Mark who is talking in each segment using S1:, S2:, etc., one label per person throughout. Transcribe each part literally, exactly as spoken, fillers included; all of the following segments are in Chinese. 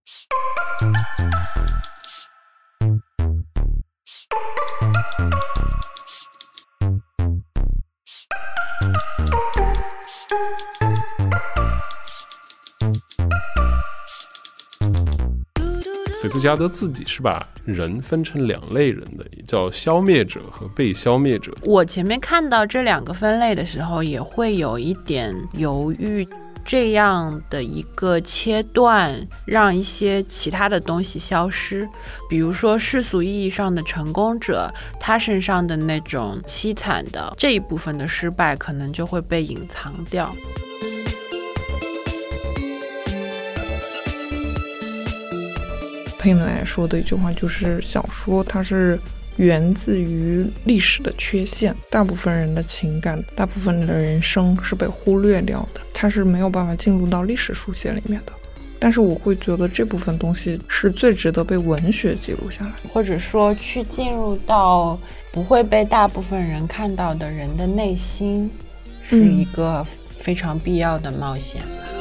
S1: 菲茨杰拉德自己是把人分成两类人的，叫消灭者和被消灭者。
S2: 我前面看到这两个分类的时候也会有一点犹豫，这样的一个切断让一些其他的东西消失，比如说世俗意义上的成功者，他身上的那种凄惨的这一部分的失败可能就会被隐藏掉。
S3: 佩乃说的一句话就是小说它是源自于历史的缺陷，大部分人的情感，大部分的人生是被忽略掉的，它是没有办法进入到历史书写里面的。但是我会觉得这部分东西是最值得被文学记录下来，
S2: 或者说去进入到不会被大部分人看到的人的内心，是一个非常必要的冒险。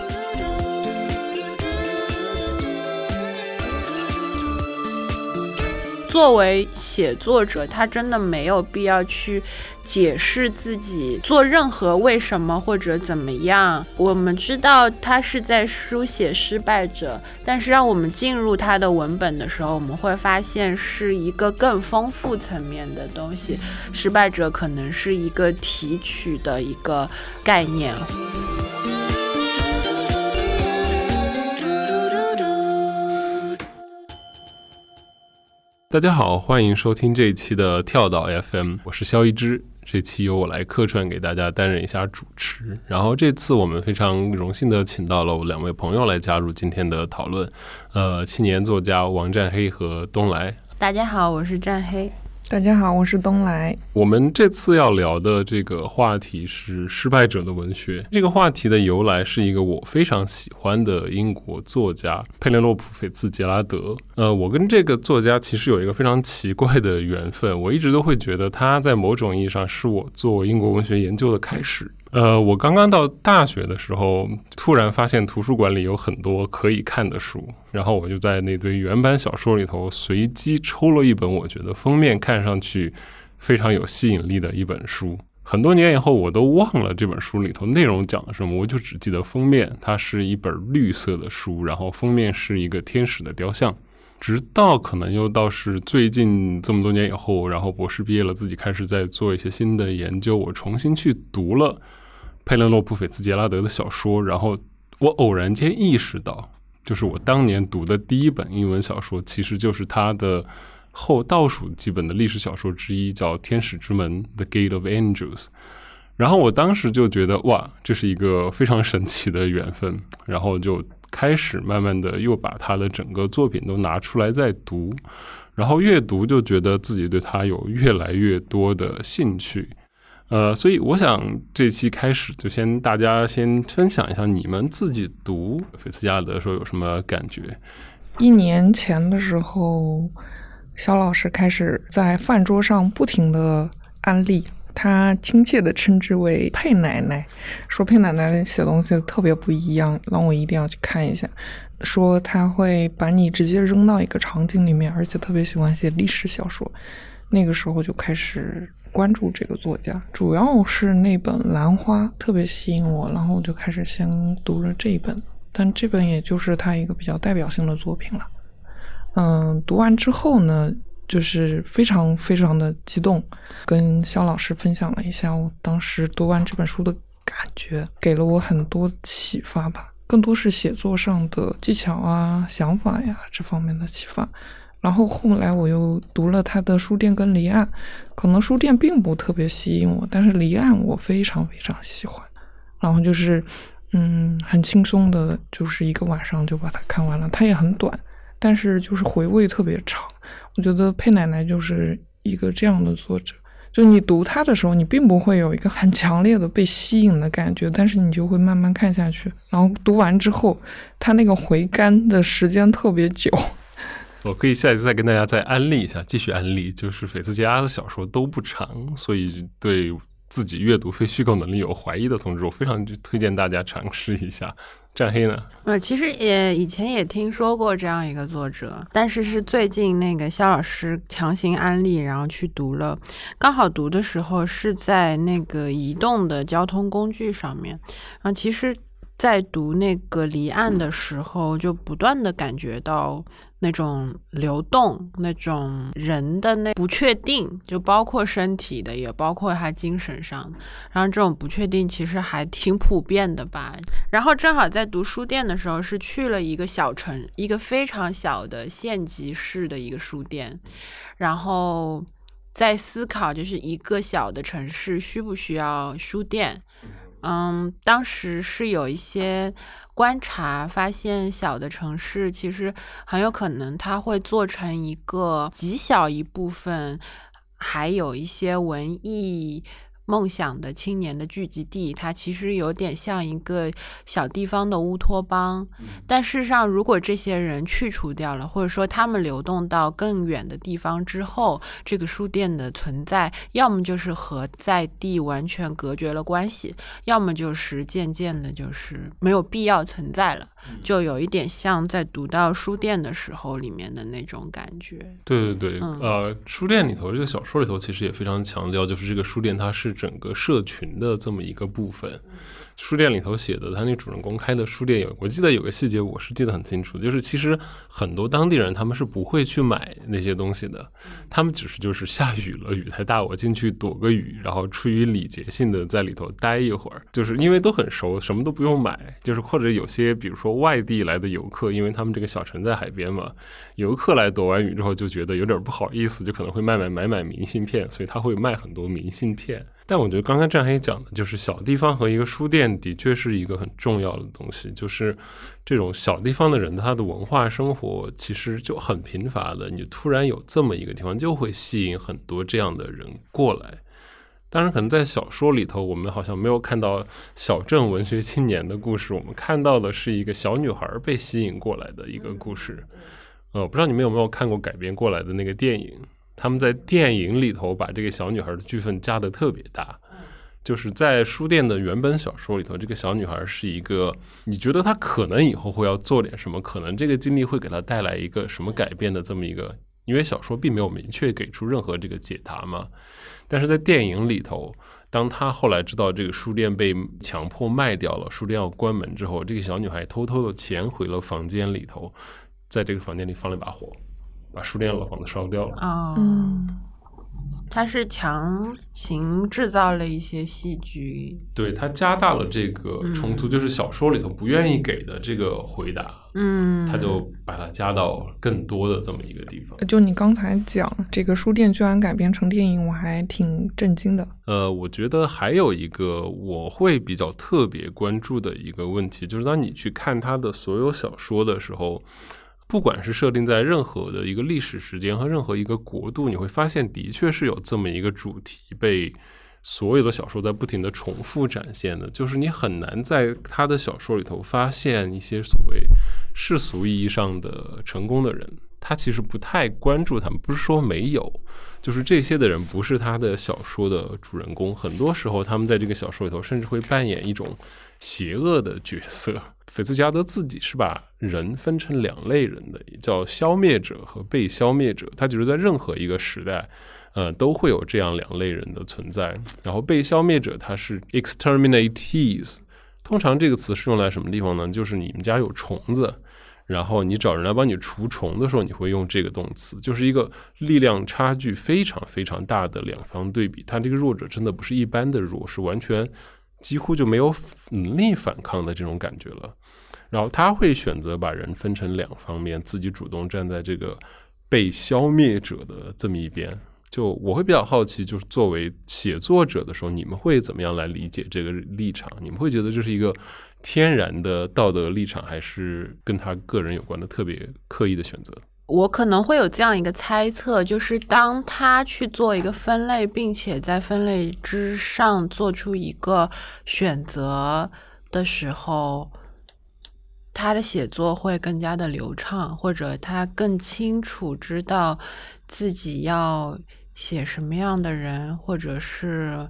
S2: 作为写作者，他真的没有必要去解释自己做任何为什么或者怎么样。我们知道他是在书写失败者，但是让我们进入他的文本的时候，我们会发现是一个更丰富层面的东西。失败者可能是一个提取的一个概念。
S1: 大家好，欢迎收听这一期的跳岛 F M， 我是肖一之。这期由我来客串给大家担任一下主持，然后这次我们非常荣幸的请到了我两位朋友来加入今天的讨论，呃，青年作家王占黑和东来。
S2: 大家好，我是占黑。
S3: 大家好，我是东来。
S1: 我们这次要聊的这个话题是失败者的文学。这个话题的由来是一个我非常喜欢的英国作家佩内洛普·菲茨杰拉德。呃，我跟这个作家其实有一个非常奇怪的缘分，我一直都会觉得他在某种意义上是我做英国文学研究的开始。呃，我刚刚到大学的时候，突然发现图书馆里有很多可以看的书，然后我就在那堆原版小说里头随机抽了一本我觉得封面看上去非常有吸引力的一本书。很多年以后我都忘了这本书里头内容讲了什么，我就只记得封面，它是一本绿色的书，然后封面是一个天使的雕像。直到可能又倒是最近这么多年以后，然后博士毕业了，自己开始在做一些新的研究，我重新去读了佩内洛普·菲茨杰拉德的小说，然后我偶然间意识到，就是我当年读的第一本英文小说其实就是他的后倒数几本的历史小说之一，叫《天使之门》 The Gate of Angels。 然后我当时就觉得哇，这是一个非常神奇的缘分，然后就开始慢慢的又把他的整个作品都拿出来再读，然后越读就觉得自己对他有越来越多的兴趣。呃，所以我想这期开始就先大家先分享一下你们自己读菲茨杰拉德的时候有什么感觉。
S3: 一年前的时候，肖老师开始在饭桌上不停的安利，他亲切的称之为佩奶奶，说佩奶奶写东西特别不一样，让我一定要去看一下，说他会把你直接扔到一个场景里面，而且特别喜欢写历史小说。那个时候就开始关注这个作家，主要是那本《兰花》特别吸引我，然后我就开始先读了这一本，但这本也就是他一个比较代表性的作品了。嗯，读完之后呢，就是非常非常的激动，跟肖老师分享了一下我当时读完这本书的感觉，给了我很多启发吧，更多是写作上的技巧啊、想法呀这方面的启发。然后后来我又读了他的《书店》跟《离岸》，可能《书店》并不特别吸引我，但是《离岸》我非常非常喜欢。然后就是嗯，很轻松的，就是一个晚上就把它看完了。它也很短，但是就是回味特别长。我觉得佩奶奶就是一个这样的作者，就你读他的时候，你并不会有一个很强烈的被吸引的感觉，但是你就会慢慢看下去，然后读完之后他那个回甘的时间特别久。
S1: 我可以下一次再跟大家再安利一下，继续安利，就是菲茨杰拉的小说都不长，所以对自己阅读非虚构能力有怀疑的同志，我非常推荐大家尝试一下。战黑呢？
S2: 呃，其实也以前也听说过这样一个作者，但是是最近那个肖老师强行安利，然后去读了。刚好读的时候是在那个移动的交通工具上面，然后其实在读那个离岸的时候，就不断的感觉到那种流动，那种人的那不确定，就包括身体的，也包括他精神上的。然后这种不确定其实还挺普遍的吧。然后正好在读书店的时候，是去了一个小城，一个非常小的县级市的一个书店，然后在思考，就是一个小的城市需不需要书店。嗯，当时是有一些观察，发现小的城市其实很有可能它会做成一个极小一部分，还有一些文艺梦想的青年的聚集地，它其实有点像一个小地方的乌托邦。但事实上，如果这些人去除掉了，或者说他们流动到更远的地方之后，这个书店的存在要么就是和在地完全隔绝了关系，要么就是渐渐的就是没有必要存在了，就有一点像在读到书店的时候里面的那种感觉。
S1: 对对对、
S2: 嗯、
S1: 呃，书店里头这个小说里头其实也非常强调，就是这个书店它是整个社群的这么一个部分。书店里头写的，他那主人公开的书店有，我记得有个细节我是记得很清楚，就是其实很多当地人他们是不会去买那些东西的，他们只是就是下雨了，雨太大我进去躲个雨，然后出于礼节性的在里头待一会儿，就是因为都很熟，什么都不用买，就是或者有些比如说外地来的游客，因为他们这个小城在海边嘛，游客来躲完雨之后就觉得有点不好意思，就可能会卖买买买明信片，所以他会卖很多明信片。但我觉得刚刚战黑讲的就是小地方和一个书店的确是一个很重要的东西，就是这种小地方的人他的文化生活其实就很贫乏的，你突然有这么一个地方就会吸引很多这样的人过来。当然可能在小说里头我们好像没有看到小镇文学青年的故事，我们看到的是一个小女孩被吸引过来的一个故事。呃，我不知道你们有没有看过改编过来的那个电影，他们在电影里头把这个小女孩的剧份加得特别大，就是在书店的原本小说里头，这个小女孩是一个你觉得她可能以后会要做点什么，可能这个经历会给她带来一个什么改变的这么一个，因为小说并没有明确给出任何这个解答嘛。但是在电影里头，当她后来知道这个书店被强迫卖掉了，书店要关门之后，这个小女孩偷偷的潜回了房间里头，在这个房间里放了一把火，把书店老房子烧掉了。
S2: 哦，
S3: 嗯，
S2: 他是强行制造了一些戏剧，
S1: 对，他加大了这个冲突、嗯、就是小说里头不愿意给的这个回答，嗯，他就把它加到更多的这么一个地方。
S3: 就你刚才讲这个书店居然改编成电影，我还挺震惊的。
S1: 呃，我觉得还有一个我会比较特别关注的一个问题，就是当你去看他的所有小说的时候，不管是设定在任何的一个历史时间和任何一个国度，你会发现的确是有这么一个主题被所有的小说在不停的重复展现的，就是你很难在他的小说里头发现一些所谓世俗意义上的成功的人，他其实不太关注他们，不是说没有，就是这些的人不是他的小说的主人公，很多时候他们在这个小说里头甚至会扮演一种邪恶的角色。菲茨杰拉德自己是把人分成两类人的，叫消灭者和被消灭者，他就是在任何一个时代呃，都会有这样两类人的存在。然后被消灭者他是 exterminatees， 通常这个词是用来什么地方呢？就是你们家有虫子，然后你找人来帮你除虫的时候，你会用这个动词，就是一个力量差距非常非常大的两方对比。他这个弱者真的不是一般的弱，是完全几乎就没有能力反抗的这种感觉了。然后他会选择把人分成两方面，自己主动站在这个被消灭者的这么一边。就我会比较好奇，就是作为写作者的时候，你们会怎么样来理解这个立场？你们会觉得这是一个天然的道德立场，还是跟他个人有关的特别刻意的选择？
S2: 我可能会有这样一个猜测，就是当他去做一个分类，并且在分类之上做出一个选择的时候，他的写作会更加的流畅，或者他更清楚知道自己要写什么样的人，或者是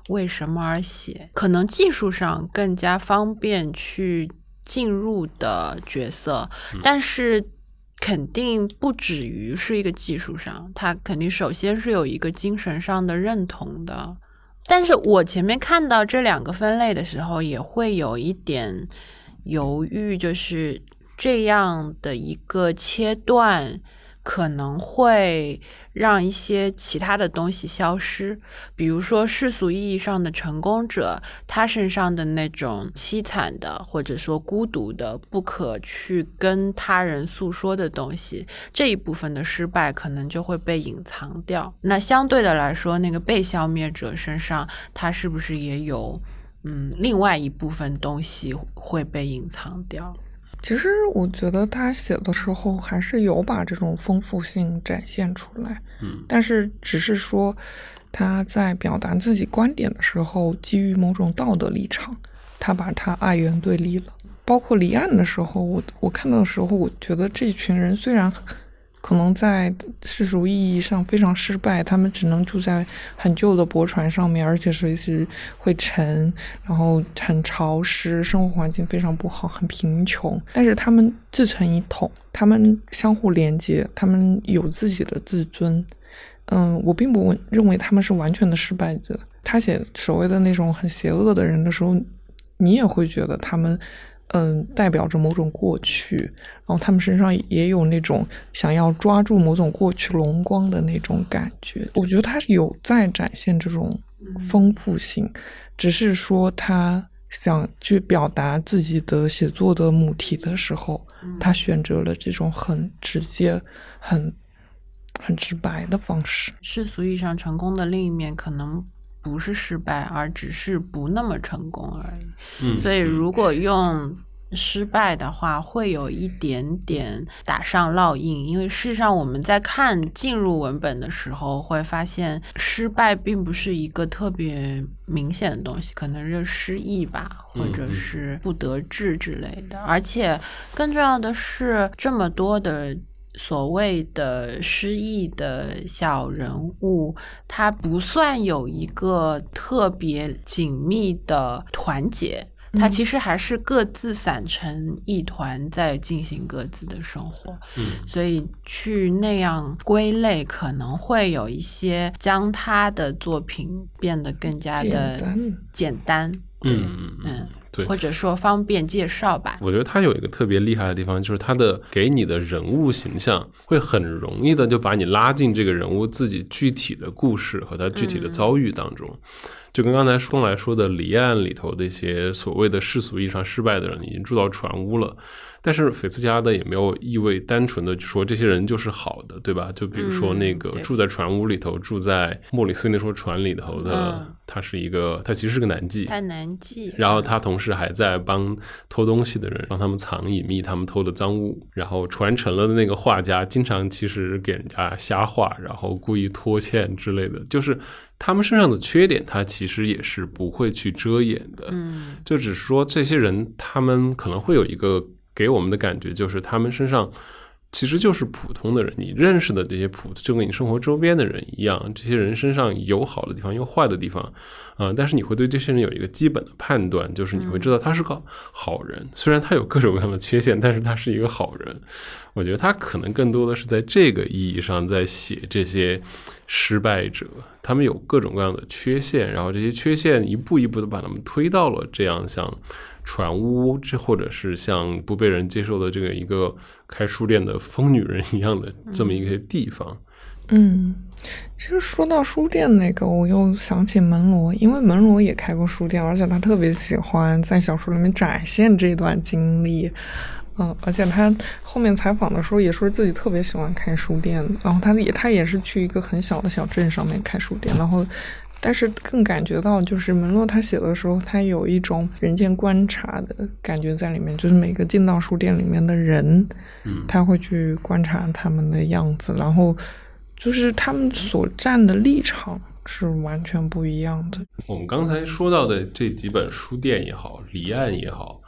S2: 为什么而写，可能技术上更加方便去进入的角色，但是肯定不止于是一个技术上，它肯定首先是有一个精神上的认同的。但是我前面看到这两个分类的时候也会有一点犹豫，就是这样的一个切断可能会让一些其他的东西消失，比如说世俗意义上的成功者，他身上的那种凄惨的或者说孤独的不可去跟他人诉说的东西，这一部分的失败可能就会被隐藏掉。那相对的来说，那个被消灭者身上他是不是也有嗯另外一部分东西会被隐藏掉？
S3: 其实我觉得他写的时候还是有把这种丰富性展现出来，
S1: 嗯，
S3: 但是只是说他在表达自己观点的时候，基于某种道德立场，他把他二元对立了。包括离岸的时候，我我看到的时候，我觉得这群人虽然可能在世俗意义上非常失败，他们只能住在很旧的驳船上面，而且随时会沉，然后很潮湿，生活环境非常不好，很贫穷，但是他们自成一统，他们相互连接，他们有自己的自尊。嗯，我并不认为他们是完全的失败者。他写所谓的那种很邪恶的人的时候，你也会觉得他们嗯，代表着某种过去，然后他们身上也有那种想要抓住某种过去荣光的那种感觉。我觉得他是有在展现这种丰富性，只是说他想去表达自己的写作的母题的时候，他选择了这种很直接、很很直白的方式。
S2: 世俗意义上成功的另一面可能不是失败，而只是不那么成功而已。
S1: 嗯，
S2: 所以如果用失败的话，会有一点点打上烙印。因为事实上我们在看进入文本的时候，会发现失败并不是一个特别明显的东西，可能是失意吧，或者是不得志之类的。而且更重要的是，这么多的所谓的失意的小人物，他不算有一个特别紧密的团结，他其实还是各自散成一团，在进行各自的生活。
S1: 嗯，
S2: 所以去那样归类，可能会有一些将他的作品变得更加的
S3: 简单。
S2: 简单对，
S1: 嗯嗯，对，
S2: 或者说方便介绍吧。
S1: 我觉得他有一个特别厉害的地方，就是他的给你的人物形象会很容易的就把你拉进这个人物自己具体的故事和他具体的遭遇当中。嗯，就跟刚才说来说的离岸里头的一些所谓的世俗意义上失败的人已经住到船屋了，但是菲茨杰拉德也没有意味单纯的说这些人就是好的，对吧？就比如说那个住在船屋里头，嗯，住在莫里斯那艘船里头的，嗯，他是一个他其实是个男妓，
S2: 他男妓，
S1: 然后他同时还在帮偷东西的人让他们藏隐秘他们偷的赃物，然后传承了的那个画家经常其实给人家瞎画，然后故意拖欠之类的，就是他们身上的缺点他其实也是不会去遮掩的。
S2: 嗯，
S1: 就只是说这些人他们可能会有一个给我们的感觉，就是他们身上其实就是普通的人，你认识的这些普就跟你生活周边的人一样，这些人身上有好的地方有坏的地方，呃、但是你会对这些人有一个基本的判断，就是你会知道他是个好人，嗯，虽然他有各种各样的缺陷，但是他是一个好人。我觉得他可能更多的是在这个意义上在写这些失败者，他们有各种各样的缺陷，然后这些缺陷一步一步的把他们推到了这样像船屋，这或者是像不被人接受的这个一个开书店的疯女人一样的这么一个地方。
S3: 嗯，其实说到书店那个，我又想起门罗，因为门罗也开过书店，而且他特别喜欢在小说里面展现这段经历。嗯，而且他后面采访的时候也说自己特别喜欢开书店，然后他也他也是去一个很小的小镇上面开书店，然后但是更感觉到就是门罗他写的时候，他有一种人间观察的感觉在里面，就是每个进到书店里面的人，
S1: 嗯，
S3: 他会去观察他们的样子，然后就是他们所站的立场是完全不一样的。
S1: 我们刚才说到的这几本书店也好，离岸也好，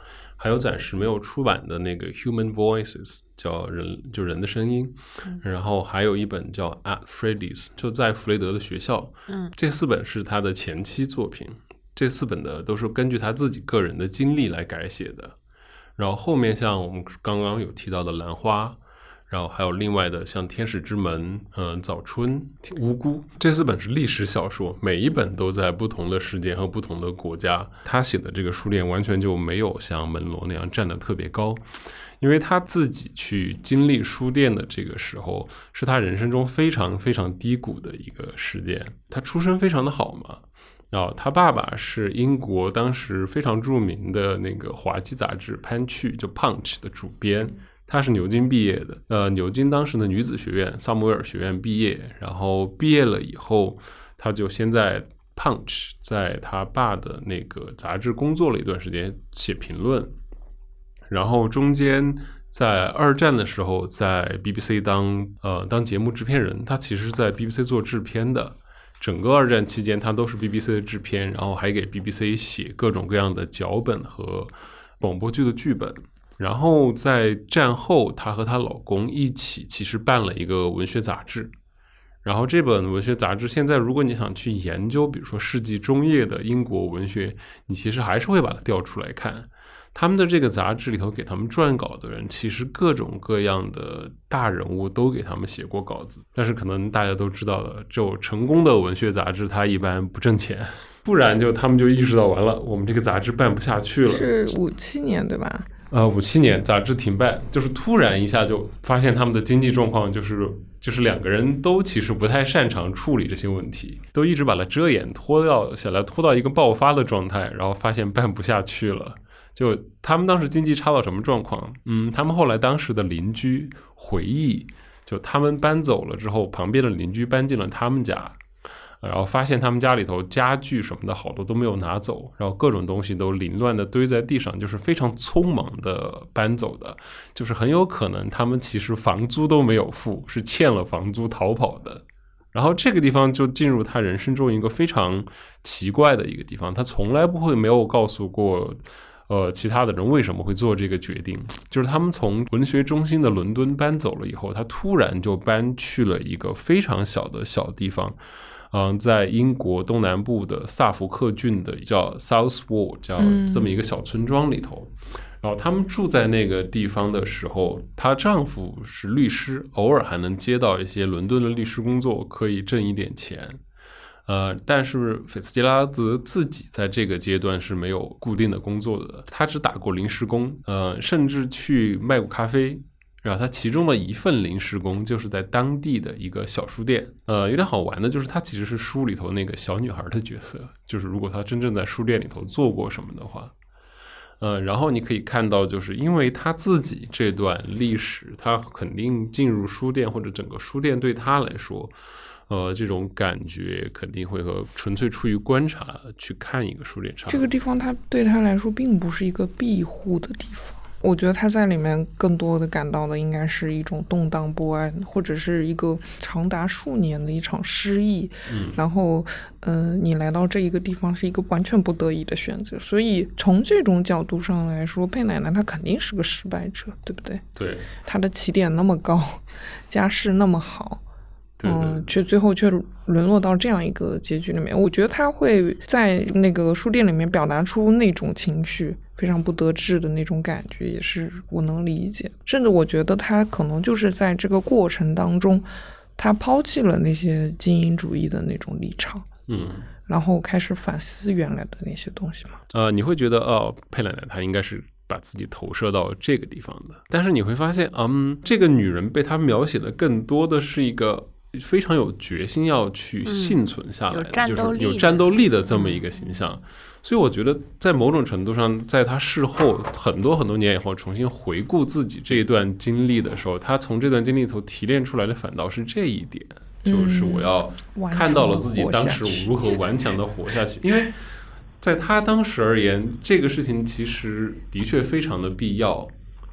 S1: 还有暂时没有出版的那个 Human Voices， 叫人就人的声音、嗯、然后还有一本叫 At Freddy's， 就在弗雷德的学校。
S2: 嗯，
S1: 这四本是他的前期作品，这四本的都是根据他自己个人的经历来改写的。然后后面像我们刚刚有提到的兰花，然后还有另外的像天使之门、嗯、早春、无辜，这四本是历史小说，每一本都在不同的时间和不同的国家。他写的这个书店完全就没有像门罗那样站得特别高，因为他自己去经历书店的这个时候是他人生中非常非常低谷的一个时间。他出身非常的好嘛，然后他爸爸是英国当时非常著名的那个滑稽杂志 Punch 就 Punch 的主编，他是牛津毕业的，呃，牛津当时的女子学院萨姆威尔学院毕业，然后毕业了以后，他就先在 Punch 在他爸的那个杂志工作了一段时间，写评论，然后中间在二战的时候在 B B C 当呃当节目制片人，他其实是在 B B C 做制片的。整个二战期间他都是 B B C 的制片，然后还给 B B C 写各种各样的脚本和广播剧的剧本。然后在战后她和她老公一起其实办了一个文学杂志，然后这本文学杂志现在如果你想去研究比如说世纪中叶的英国文学，你其实还是会把它调出来看。他们的这个杂志里头给他们撰稿的人其实各种各样的大人物都给他们写过稿子，但是可能大家都知道了，就成功的文学杂志它一般不挣钱，不然就他们就意识到完了我们这个杂志办不下去了。
S3: 是五七年对吧？
S1: 呃，五七年杂志停办，就是突然一下就发现他们的经济状况就是就是两个人都其实不太擅长处理这些问题，都一直把它遮掩拖到下来，拖到一个爆发的状态，然后发现办不下去了。就他们当时经济差到什么状况？嗯，他们后来当时的邻居回忆，就他们搬走了之后，旁边的邻居搬进了他们家，然后发现他们家里头家具什么的好多都没有拿走，然后各种东西都凌乱的堆在地上，就是非常匆忙的搬走的，就是很有可能他们其实房租都没有付，是欠了房租逃跑的。然后这个地方就进入他人生中一个非常奇怪的一个地方，他从来不会没有告诉过呃，其他的人为什么会做这个决定，就是他们从文学中心的伦敦搬走了以后，他突然就搬去了一个非常小的小地方，嗯、呃，在英国东南部的萨福克郡的叫 Southwold 叫这么一个小村庄里头、嗯、然后他们住在那个地方的时候，她丈夫是律师，偶尔还能接到一些伦敦的律师工作，可以挣一点钱。呃，但是菲茨杰拉德自己在这个阶段是没有固定的工作的，他只打过临时工，呃，甚至去卖过咖啡。然后他其中的一份临时工就是在当地的一个小书店。呃，有点好玩的就是他其实是书里头那个小女孩的角色，就是如果他真正在书店里头做过什么的话。呃，然后你可以看到，就是因为他自己这段历史，他肯定进入书店或者整个书店对他来说，呃，这种感觉肯定会和纯粹出于观察去看一个书店差不多。
S3: 这个地方他对他来说并不是一个庇护的地方，我觉得他在里面更多的感到的应该是一种动荡不安，或者是一个长达数年的一场失意。嗯，然后呃，你来到这一个地方是一个完全不得已的选择，所以从这种角度上来说，佩奶奶她肯定是个失败者，对不对？
S1: 对，
S3: 她的起点那么高，家世那么好，嗯，却最后却沦落到这样一个结局里面。我觉得他会在那个书店里面表达出那种情绪，非常不得志的那种感觉，也是我能理解。甚至我觉得他可能就是在这个过程当中，他抛弃了那些精英主义的那种立场，
S1: 嗯，
S3: 然后开始反思原来的那些东西嘛。
S1: 呃，你会觉得哦，佩奶奶她应该是把自己投射到这个地方的，但是你会发现，嗯，这个女人被她描写的更多的是一个非常有决心要去幸存下来的、嗯、就是有战斗力的这么一个形象、嗯、所以我觉得在某种程度上，在他事后很多很多年以后重新回顾自己这一段经历的时候，他从这段经历里头提炼出来的反倒是这一点、嗯、就是我要看到了自己当时我如何顽强的活下去，因为在他当时而言，这个事情其实的确非常的必要，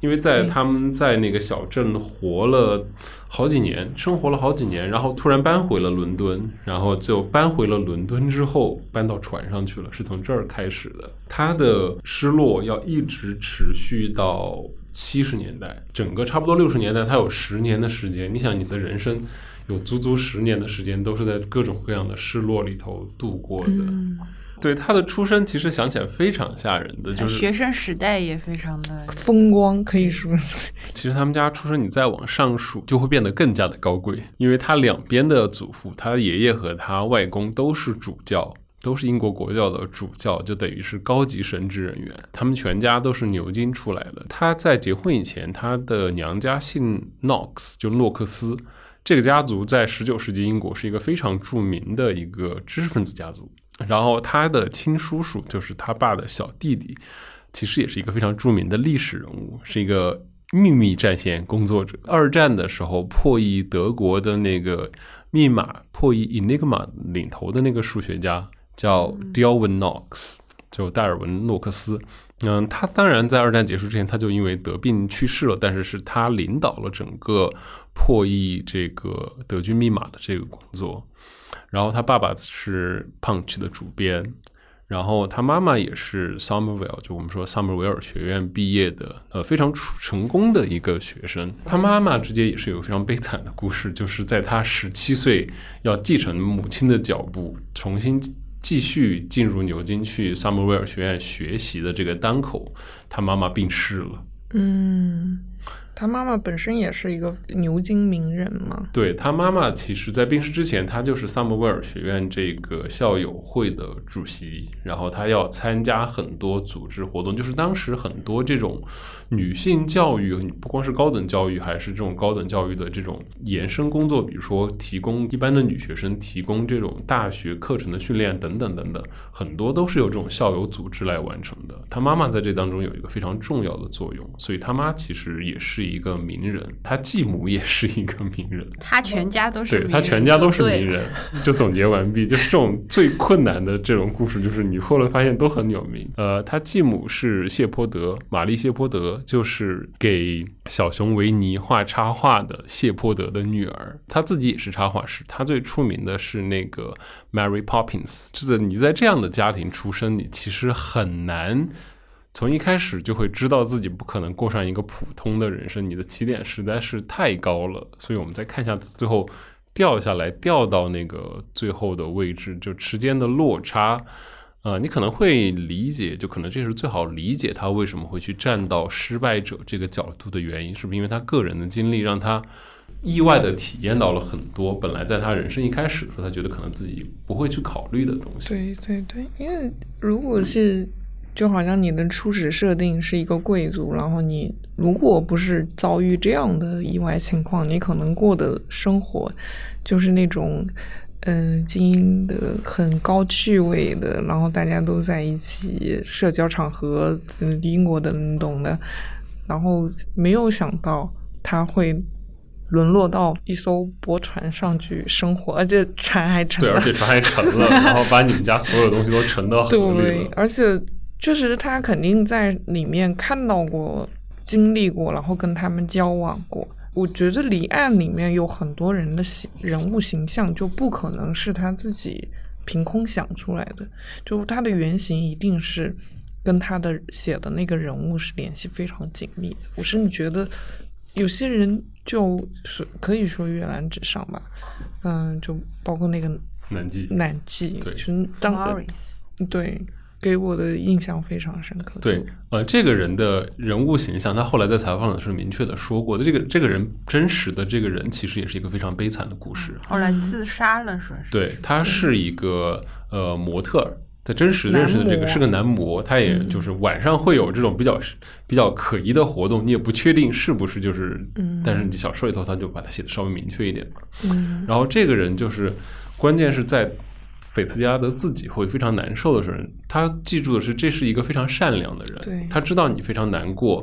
S1: 因为在他们在那个小镇活了好几年，生活了好几年，然后突然搬回了伦敦，然后就搬回了伦敦之后搬到船上去了，是从这儿开始的。他的失落要一直持续到七十年代，整个差不多六十年代，他有十年的时间。你想，你的人生有足足十年的时间都是在各种各样的失落里头度过的。嗯，对，他的出身其实想起来非常吓人的，就是
S2: 学生时代也非常的
S3: 风光，可以说。
S1: 其实他们家出身你再往上数就会变得更加的高贵，因为他两边的祖父，他爷爷和他外公都是主教，都是英国国教的主教，就等于是高级神职人员，他们全家都是牛津出来的。他在结婚以前，他的娘家姓 Knox， 就诺克斯。这个家族在十九世纪英国是一个非常著名的一个知识分子家族，然后他的亲叔叔就是他爸的小弟弟，其实也是一个非常著名的历史人物，是一个秘密战线工作者。二战的时候破译德国的那个密码，破译 Enigma 领头的那个数学家叫 Darwin Knox， 就戴尔文诺克斯。嗯，他当然在二战结束之前他就因为得病去世了，但是是他领导了整个破译这个德军密码的这个工作。然后他爸爸是 Punch 的主编，然后他妈妈也是 Somerville， 就我们说萨默维尔学院毕业的，呃，非常成功的一个学生。他妈妈之间也是有个非常悲惨的故事，就是在他十七岁要继承母亲的脚步，重新继续进入牛津去萨默维尔学院学习的这个当口，他妈妈病逝了。
S3: 嗯，他妈妈本身也是一个牛津名人嘛。
S1: 对，他妈妈其实在病逝之前，他就是萨默维尔学院这个校友会的主席，然后他要参加很多组织活动，就是当时很多这种女性教育，不光是高等教育，还是这种高等教育的这种延伸工作，比如说提供一般的女学生提供这种大学课程的训练等等等等，很多都是由这种校友组织来完成的。他妈妈在这当中有一个非常重要的作用，所以他妈其实也是一个名人，他继母也是一个名人，
S2: 他全家都是名人，
S1: 对，他全家都是名人。就总结完毕，就是这种最困难的这种故事，就是你后来发现都很有名。呃，他继母是谢泼德，玛丽谢泼德，就是给小熊维尼画插画的谢泼德的女儿，他自己也是插画师。他最出名的是那个 Mary Poppins。就是你在这样的家庭出生，你其实很难从一开始就会知道自己不可能过上一个普通的人生，你的起点实在是太高了。所以我们再看一下最后掉下来，掉到那个最后的位置，就之间的落差。呃，你可能会理解，就可能这是最好理解他为什么会去站到失败者这个角度的原因，是不是因为他个人的经历让他意外的体验到了很多本来在他人生一开始的时候他觉得可能自己不会去考虑的东西。
S3: 对对对，因为如果是就好像你的初始设定是一个贵族，然后你如果不是遭遇这样的意外情况，你可能过的生活就是那种嗯、呃，精英的很高趣味的，然后大家都在一起社交场合，嗯，英国的人懂的，然后没有想到他会沦落到一艘驳船上去生活，而且船还沉了，
S1: 对，而且船还沉了，然后把你们家所有东西都沉到河里了。
S3: 对，而且就是他肯定在里面看到过、经历过，然后跟他们交往过。我觉得离岸里面有很多人的人物形象就不可能是他自己凭空想出来的，就他的原型一定是跟他的写的那个人物是联系非常紧密的。我甚至觉得有些人就是可以说阅览纸上吧，嗯，就包括那个
S1: 南纪，
S3: 南纪，
S1: 对，
S3: 就是当对。给我的印象非常深刻。
S1: 对，呃，这个人的人物形象，他后来在采访的时候明确的说过的，这个这个人真实的这个人其实也是一个非常悲惨的故事。
S2: 后来自杀了，说是。
S1: 对，他是一个呃模特儿，在真实认识的这个是个男模，他也就是晚上会有这种比较比较可疑的活动，你也不确定是不是就是，嗯、但是你小说里头他就把它写的稍微明确一点嘛。嗯，然后这个人就是关键是在。菲茨杰拉德自己会非常难受的时候，他记住的是这是一个非常善良的人，他知道你非常难过，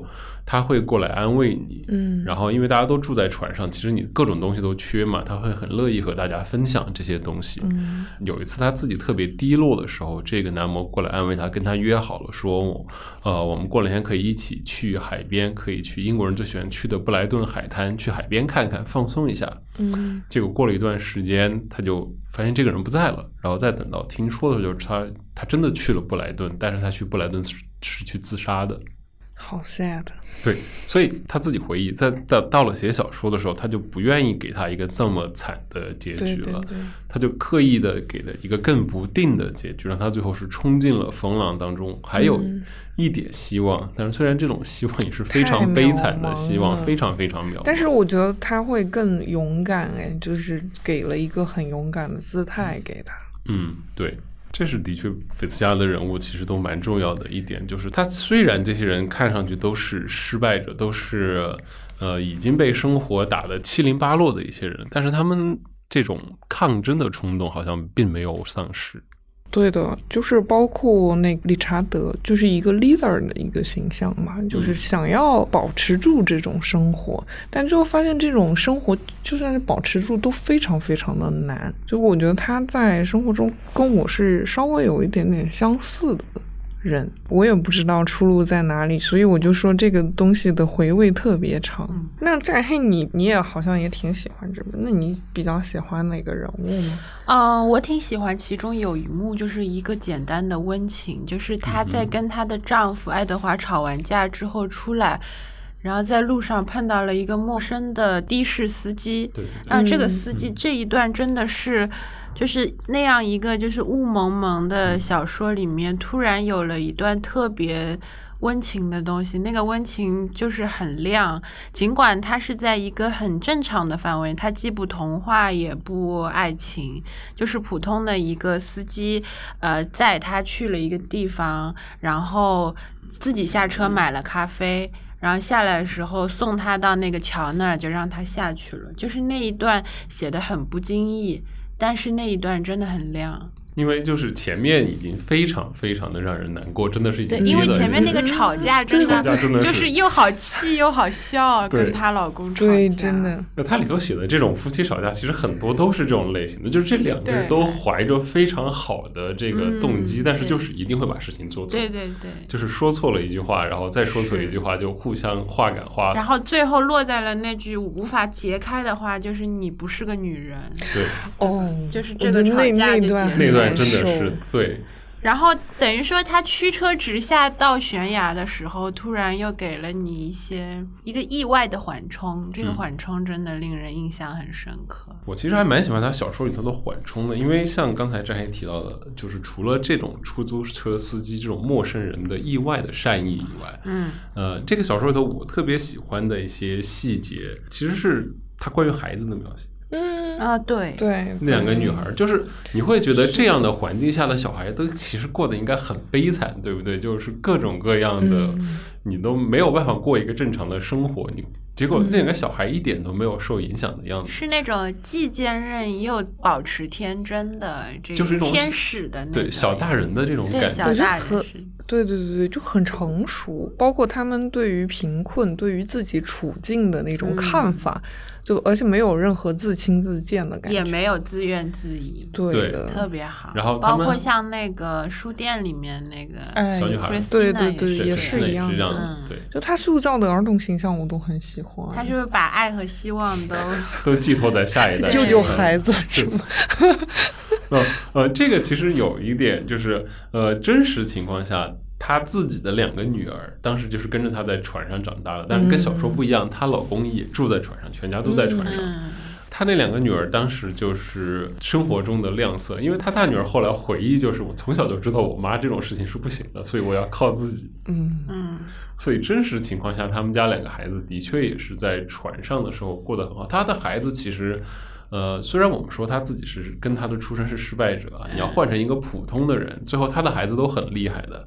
S1: 他会过来安慰你，
S3: 嗯，
S1: 然后因为大家都住在船上，其实你各种东西都缺嘛，他会很乐意和大家分享这些东西。
S3: 嗯，
S1: 有一次他自己特别低落的时候，这个男模过来安慰他，跟他约好了说，呃，我们过两天可以一起去海边，可以去英国人最喜欢去的布莱顿海滩，去海边看看，放松一下。
S3: 嗯，
S1: 结果过了一段时间，他就发现这个人不在了，然后再等到听说的时候，就是他他真的去了布莱顿，但是他去布莱顿是是去自杀的。
S3: 好 sad。
S1: 对，所以他自己回忆，在到到了写小说的时候，他就不愿意给他一个这么惨的结局了，
S3: 对对对，
S1: 他就刻意的给了一个更不定的结局，让他最后是冲进了风浪当中，还有一点希望，嗯、但是虽然这种希望也是非常悲惨的希望，非常非常渺茫。
S3: 但是我觉得他会更勇敢，哎，就是给了一个很勇敢的姿态给他。
S1: 嗯，对。这是的确，菲茨加的人物其实都蛮重要的一点，就是他虽然这些人看上去都是失败者，都是呃已经被生活打得七零八落的一些人，但是他们这种抗争的冲动好像并没有丧失。
S3: 对的，就是包括那个理查德，就是一个 leader 的一个形象嘛，就是想要保持住这种生活，嗯、但最后发现这种生活就算是保持住都非常非常的难。就我觉得他在生活中跟我是稍微有一点点相似的人，我也不知道出路在哪里，所以我就说这个东西的回味特别长。嗯、那战黑你你也好像也挺喜欢这本，那你比较喜欢哪个人物呢？
S2: 嗯、呃，我挺喜欢其中有一幕，就是一个简单的温情，就是她在跟她的丈夫爱德华吵完架之后出来，然后在路上碰到了一个陌生的的士司机，
S1: 对，
S2: 然后这个司机这一段真的是。就是那样一个就是雾蒙蒙的小说里面突然有了一段特别温情的东西，那个温情就是很亮，尽管它是在一个很正常的范围，它既不童话也不爱情，就是普通的一个司机呃，载他去了一个地方，然后自己下车买了咖啡，然后下来的时候送他到那个桥那儿，就让他下去了，就是那一段写得很不经意，但是那一段真的很亮，
S1: 因为就是前面已经非常非常的让人难过，真的是已经
S2: 对，因为前面那个吵架真的就是又好气又好笑，跟她老公吵架，
S3: 对，真的。
S1: 那他里头写的这种夫妻吵架，其实很多都是这种类型的，就是这两个人都怀着非常好的这个动机，但是就是一定会把事情做错，
S2: 对对对，
S1: 就是说错了一句话，然后再说错一句话，就互相话赶话，
S2: 然后最后落在了那句无法解开的话，就是你不是个女人。
S1: 对，
S3: 哦，
S2: 就是这个吵架就结束了，
S1: 那段真的是对。
S2: 然后等于说他驱车直下到悬崖的时候，突然又给了你一些一个意外的缓冲，这个缓冲真的令人印象很深刻。
S1: 嗯、我其实还蛮喜欢他小说里头的缓冲的，因为像刚才战黑提到的，就是除了这种出租车司机这种陌生人的意外的善意以外，
S2: 嗯，
S1: 呃，这个小说里头我特别喜欢的一些细节，其实是他关于孩子的描写。
S3: 嗯
S2: 啊，对
S3: 对，
S1: 那两个女孩，就是你会觉得这样的环境下的小孩都其实过得应该很悲惨，对不对？就是各种各样的，嗯、你都没有办法过一个正常的生活，你结果那两个小孩一点都没有受影响的样子，
S2: 是那种既坚韧又保持天真的，这
S1: 就是一种
S2: 天使的那
S1: 对小大人的这种感觉，
S2: 小大人是
S3: 对对对对，就很成熟，包括他们对于贫困、对于自己处境的那种看法。嗯，就而且没有任何自轻自贱的感觉，
S2: 也没有自怨自艾，
S3: 对的，
S2: 特别好。
S1: 然后
S2: 包括像那个书店里面那个
S1: 小女孩，
S3: 哎、对对对，
S2: 也
S3: 是一样的。
S1: 嗯、对，
S3: 就他塑造的儿童形象我都很喜欢。
S2: 他是不是把爱和希望都
S1: 都寄托在下一代，
S3: 救救孩子是吗？
S1: 呃呃，这个其实有一点就是呃，真实情况下。她自己的两个女儿当时就是跟着她在船上长大了，但是跟小说不一样，她、嗯、老公也住在船上，全家都在船上。
S2: 嗯、
S1: 她那两个女儿当时就是生活中的亮色，因为她大女儿后来回忆，就是我从小就知道我妈这种事情是不行的，所以我要靠自己。
S3: 嗯
S2: 嗯，
S1: 所以真实情况下，他们家两个孩子的确也是在船上的时候过得很好。她的孩子其实。呃，虽然我们说他自己是跟他的出身是失败者，你要换成一个普通的人，最后他的孩子都很厉害的。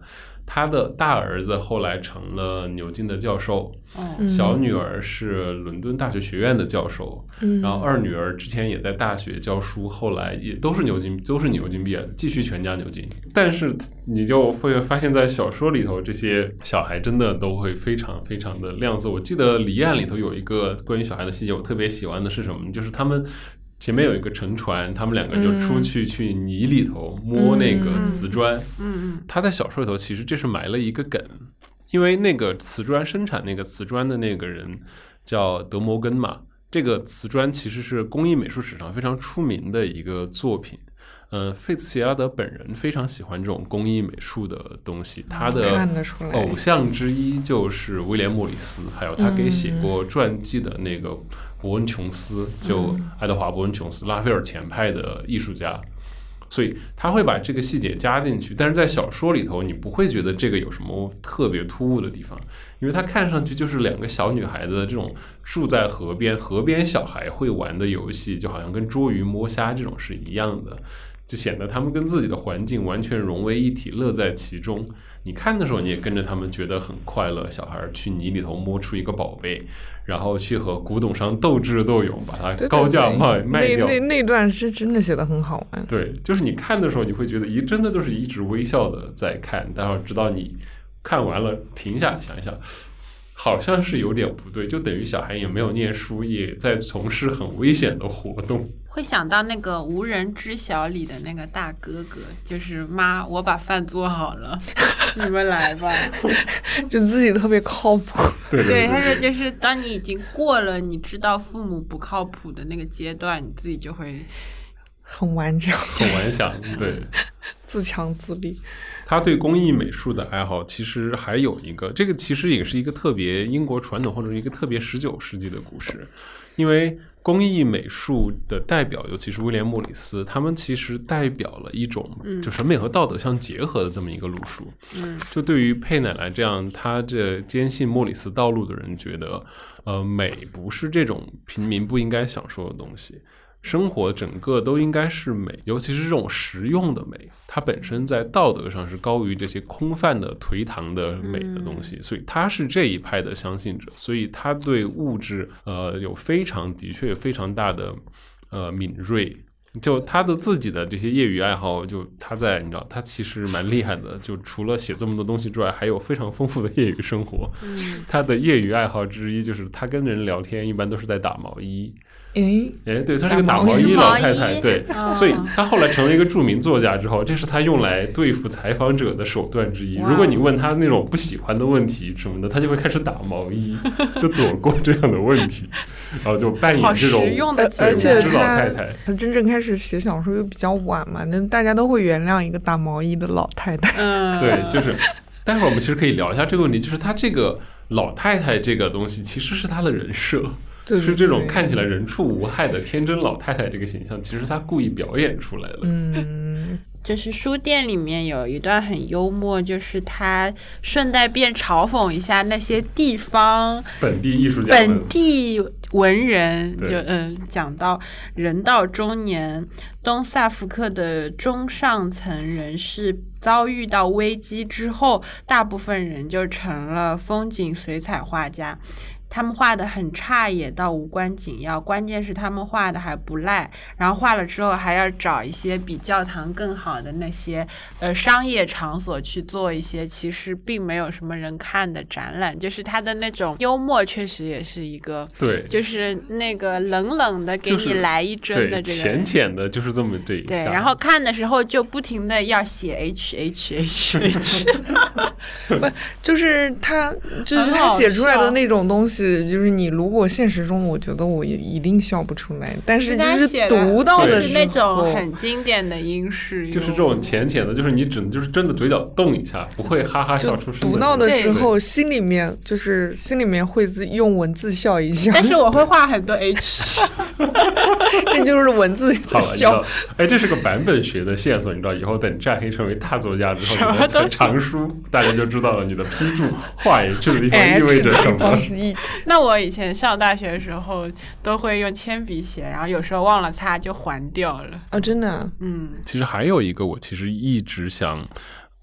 S1: 他的大儿子后来成了牛津的教授，
S2: 嗯、
S1: 小女儿是伦敦大学学院的教授，
S3: 嗯、
S1: 然后二女儿之前也在大学教书，后来也都是牛津都是牛津毕业的，继续全家牛津。但是你就会发现在小说里头，这些小孩真的都会非常非常的亮色。我记得离岸里头有一个关于小孩的细节，我特别喜欢的是什么，就是他们前面有一个沉船，他们两个就出去、嗯、去泥里头摸那个瓷砖。
S2: 嗯嗯，
S1: 他在小说里头其实这是埋了一个梗，因为那个瓷砖生产那个瓷砖的那个人叫德摩根嘛，这个瓷砖其实是工艺美术史上非常出名的一个作品。呃，费茨杰拉德本人非常喜欢这种工艺美术的东西，他的偶像之一就是威廉·莫里斯，还有他给写过传记的那个伯恩·琼斯，就爱德华·伯恩·琼斯，拉斐尔前派的艺术家，所以他会把这个细节加进去。但是在小说里头，你不会觉得这个有什么特别突兀的地方，因为它看上去就是两个小女孩子这种住在河边，河边小孩会玩的游戏，就好像跟捉鱼摸虾这种是一样的。就显得他们跟自己的环境完全融为一体，乐在其中。你看的时候你也跟着他们觉得很快乐，小孩去泥里头摸出一个宝贝，然后去和古董商斗智斗勇，把它高价卖卖掉。
S3: 那那那段是真的写得很好玩。
S1: 对，就是你看的时候你会觉得咦，真的都是一直微笑的在看，但是直到你看完了停下想一想，好像是有点不对，就等于小孩也没有念书，也在从事很危险的活动。
S2: 会想到那个无人知晓里的那个大哥哥，就是妈，我把饭做好了，你们来吧，
S3: 就自己特别靠谱。
S1: 对, 对, 对, 对,
S2: 对，他说就是当你已经过了你知道父母不靠谱的那个阶段，你自己就会
S3: 很顽强，
S1: 很顽强，对，
S3: 自强自立。
S1: 他对工艺美术的爱好其实还有一个，这个其实也是一个特别英国传统或者一个特别十九世纪的故事，因为工艺美术的代表尤其是威廉·莫里斯，他们其实代表了一种就审美和道德相结合的这么一个路数。
S2: 嗯，
S1: 就对于佩奶奶这样他这坚信莫里斯道路的人觉得呃，美不是这种平民不应该享受的东西，生活整个都应该是美，尤其是这种实用的美，它本身在道德上是高于这些空泛的颓唐的美的东西，所以他是这一派的相信者，所以他对物质呃有非常的确非常大的呃敏锐。就他的自己的这些业余爱好，就他在你知道他其实蛮厉害的，就除了写这么多东西之外还有非常丰富的业余生活。
S2: 嗯，
S1: 他的业余爱好之一就是他跟人聊天一般都是在打毛衣。
S3: 诶
S1: 诶，对，他是个打毛衣老太太，对，
S2: 哦，
S1: 所以他后来成为一个著名作家之后，这是他用来对付采访者的手段之一。如果你问他那种不喜欢的问题什么的，他就会开始打毛衣，就躲过这样的问题，然后就扮演这种
S3: 而且
S1: 老太太。
S3: 他真正开始写小说又比较晚嘛，那大家都会原谅一个打毛衣的老太太。
S2: 嗯，
S1: 对，就是待会儿我们其实可以聊一下这个问题，就是他这个老太太这个东西其实是他的人设。就是这种看起来人畜无害的天真老太太这个形象，其实她故意表演出来了。
S3: 嗯，
S2: 就是书店里面有一段很幽默，就是他顺带便嘲讽一下那些地方
S1: 本地艺术家、
S2: 本地文人，就嗯，讲到人到中年，东萨福克的中上层人士遭遇到危机之后，大部分人就成了风景水彩画家。他们画的很差也倒无关紧要，关键是他们画的还不赖，然后画了之后还要找一些比教堂更好的那些呃商业场所去做一些其实并没有什么人看的展览，就是他的那种幽默确实也是一个，
S1: 对，
S2: 就是那个冷冷的给你来一针的这个，
S1: 浅浅的就是这么这一下，
S2: 对，然后看的时候就不停的要写 H H H H
S3: 不就是他就是他写出来的那种东西，就是你如果现实中我觉得我也一定笑不出来，但是就是读到的
S2: 是那种很经典的英式，
S1: 就是这种浅浅的，就是你只能就是真的嘴角动一下，不会哈哈笑出声。
S3: 读到的时候心里面就是心里面会用文字笑一笑，
S2: 但是我会画很多 H
S3: 这就是文字的笑。
S1: 哎，这是个版本学的线索，你知道以后等战黑成为大作家之后，你的藏书大家就知道了你的批注画这个地方意味着什么。
S2: 那我以前上大学的时候都会用铅笔写，然后有时候忘了擦就还掉了。
S3: 哦，真的？
S2: 嗯。
S1: 其实还有一个我其实一直想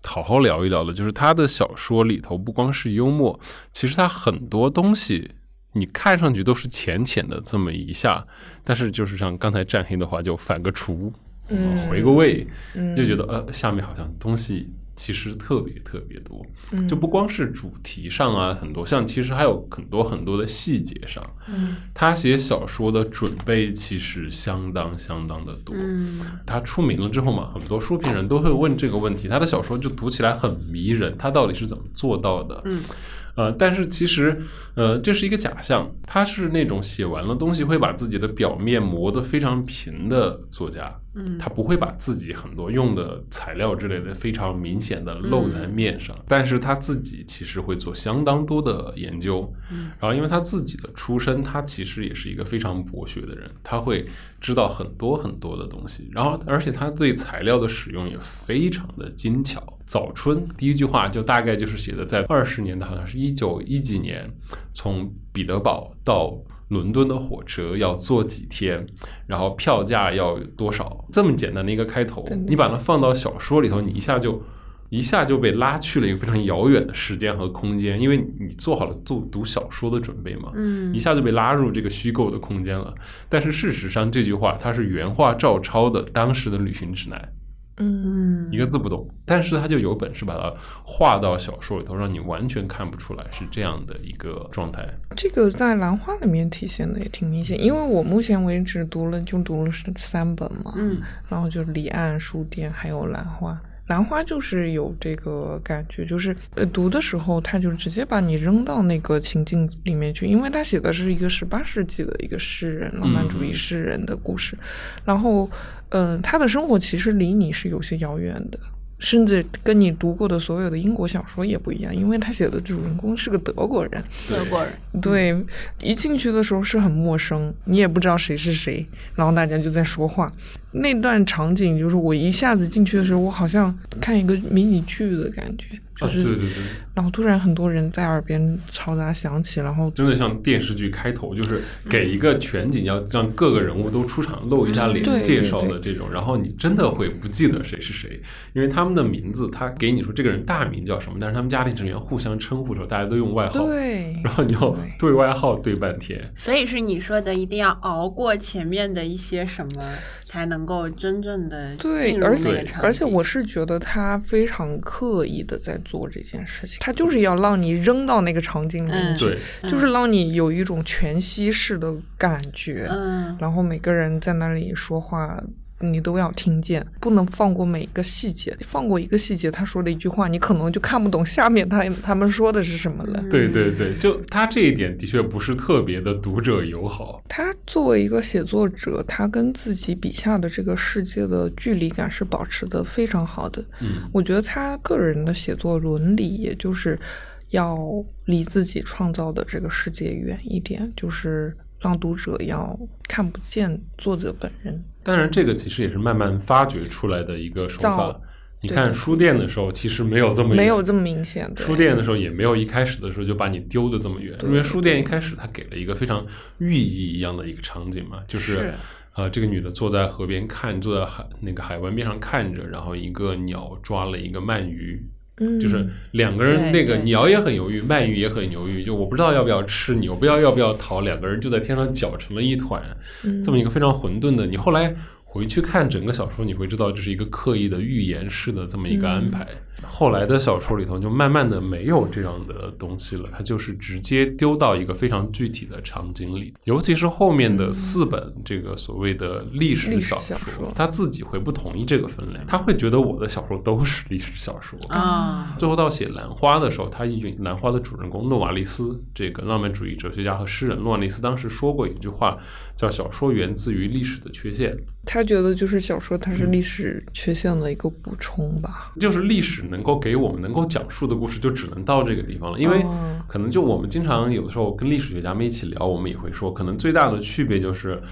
S1: 好好聊一聊的，就是他的小说里头不光是幽默，其实他很多东西你看上去都是浅浅的这么一下，但是就是像刚才占黑的话，就反个厨，嗯，回个味，嗯，就觉得呃下面好像东西其实特别特别多，就不光是主题上啊，很多像其实还有很多很多的细节上，嗯，他写小说的准备其实相当相当的多，嗯，他出名了之后嘛，很多书评人都会问这个问题，他的小说就读起来很迷人，他到底是怎么做到的？嗯。呃，但是其实，呃，这是一个假象。他是那种写完了东西会把自己的表面磨得非常平的作家，嗯，他不会把自己很多用的材料之类的非常明显的露在面上，嗯，但是他自己其实会做相当多的研究，嗯，然后因为他自己的出身，他其实也是一个非常博学的人，他会知道很多很多的东西，然后而且他对材料的使用也非常的精巧。早春第一句话就大概就是写的在二十年的好像是一九一几年，从彼得堡到伦敦的火车要坐几天，然后票价要多少，这么简单的一个开头，你把它放到小说里头，你一下就一下就被拉去了一个非常遥远的时间和空间，因为你做好了做读小说的准备嘛，嗯，一下就被拉入这个虚构的空间了。但是事实上这句话它是原话照抄的当时的旅行指南，嗯，一个字不动，但是他就有本事把它画到小说里头，让你完全看不出来是这样的一个状态。
S3: 这个在兰花里面体现的也挺明显，因为我目前为止读了就读了三本嘛，嗯，然后就离岸书店还有兰花。兰花就是有这个感觉，就是呃读的时候他就直接把你扔到那个情境里面去，因为他写的是一个十八世纪的一个诗人，浪漫主义诗人的故事，嗯，然后嗯、呃，他的生活其实离你是有些遥远的，甚至跟你读过的所有的英国小说也不一样，因为他写的主人公是个德国人，
S2: 德国人，
S3: 对，嗯，一进去的时候是很陌生，你也不知道谁是谁，然后大家就在说话。那段场景就是我一下子进去的时候，我好像看一个迷你剧的感觉，就是，
S1: 啊，对对对，
S3: 然后突然很多人在耳边嘈杂响起，然后
S1: 真的像电视剧开头，就是给一个全景，要让各个人物都出场露一下脸，嗯，介绍的这种，然后你真的会不记得谁是谁，因为他们的名字他给你说这个人大名叫什么，但是他们家庭成员互相称呼的时候大家都用外号，
S3: 对，
S1: 然后你要对外号对半天，
S2: 所以是你说的一定要熬过前面的一些什么才能够真正的进入那个场景。
S3: 而且我是觉得他非常刻意的在做这件事情，他就是要让你扔到那个场景里面去，嗯，就是让你有一种全息式的感觉，嗯，然后每个人在那里说话你都要听见，不能放过每一个细节，放过一个细节他说的一句话，你可能就看不懂下面他他们说的是什么了。
S1: 对对对，就他这一点的确不是特别的读者友好。
S3: 他作为一个写作者，他跟自己笔下的这个世界的距离感是保持得非常好的。嗯，我觉得他个人的写作伦理也就是要离自己创造的这个世界远一点，就是让读者要看不见作者本人。
S1: 当然这个其实也是慢慢发掘出来的一个手法，你看书店的时候其实没有这么
S3: 没有这么明显，
S1: 书店的时候也没有一开始的时候就把你丢的这么远，因为书店一开始它给了一个非常寓意一样的一个场景嘛，就是
S3: 是
S1: 呃，这个女的坐在河边看，坐在海那个海湾边上看着，然后一个鸟抓了一个鳗鱼，嗯，就是两个人，那个鸟也很犹豫，鳗鱼也很犹豫，就我不知道要不要吃你，我不知道要不要逃，两个人就在天上搅成了一团，嗯，这么一个非常混沌的，你后来回去看整个小说，你会知道这是一个刻意的预言式的这么一个安排。嗯，后来的小说里头就慢慢的没有这样的东西了，它就是直接丢到一个非常具体的场景里，尤其是后面的四本这个所谓的历史小说，
S3: 说
S1: 他自己会不同意这个分类，他会觉得我的小说都是历史小说啊。最后到写兰花的时候，他以兰花的主人公诺瓦利斯，这个浪漫主义哲学家和诗人，诺瓦利斯当时说过一句话，叫小说源自于历史的缺陷。
S3: 他觉得就是小说它是历史缺陷的一个补充吧，
S1: 嗯，就是历史能够给我们能够讲述的故事就只能到这个地方了，因为可能就我们经常有的时候跟历史学家们一起聊，我们也会说可能最大的区别就是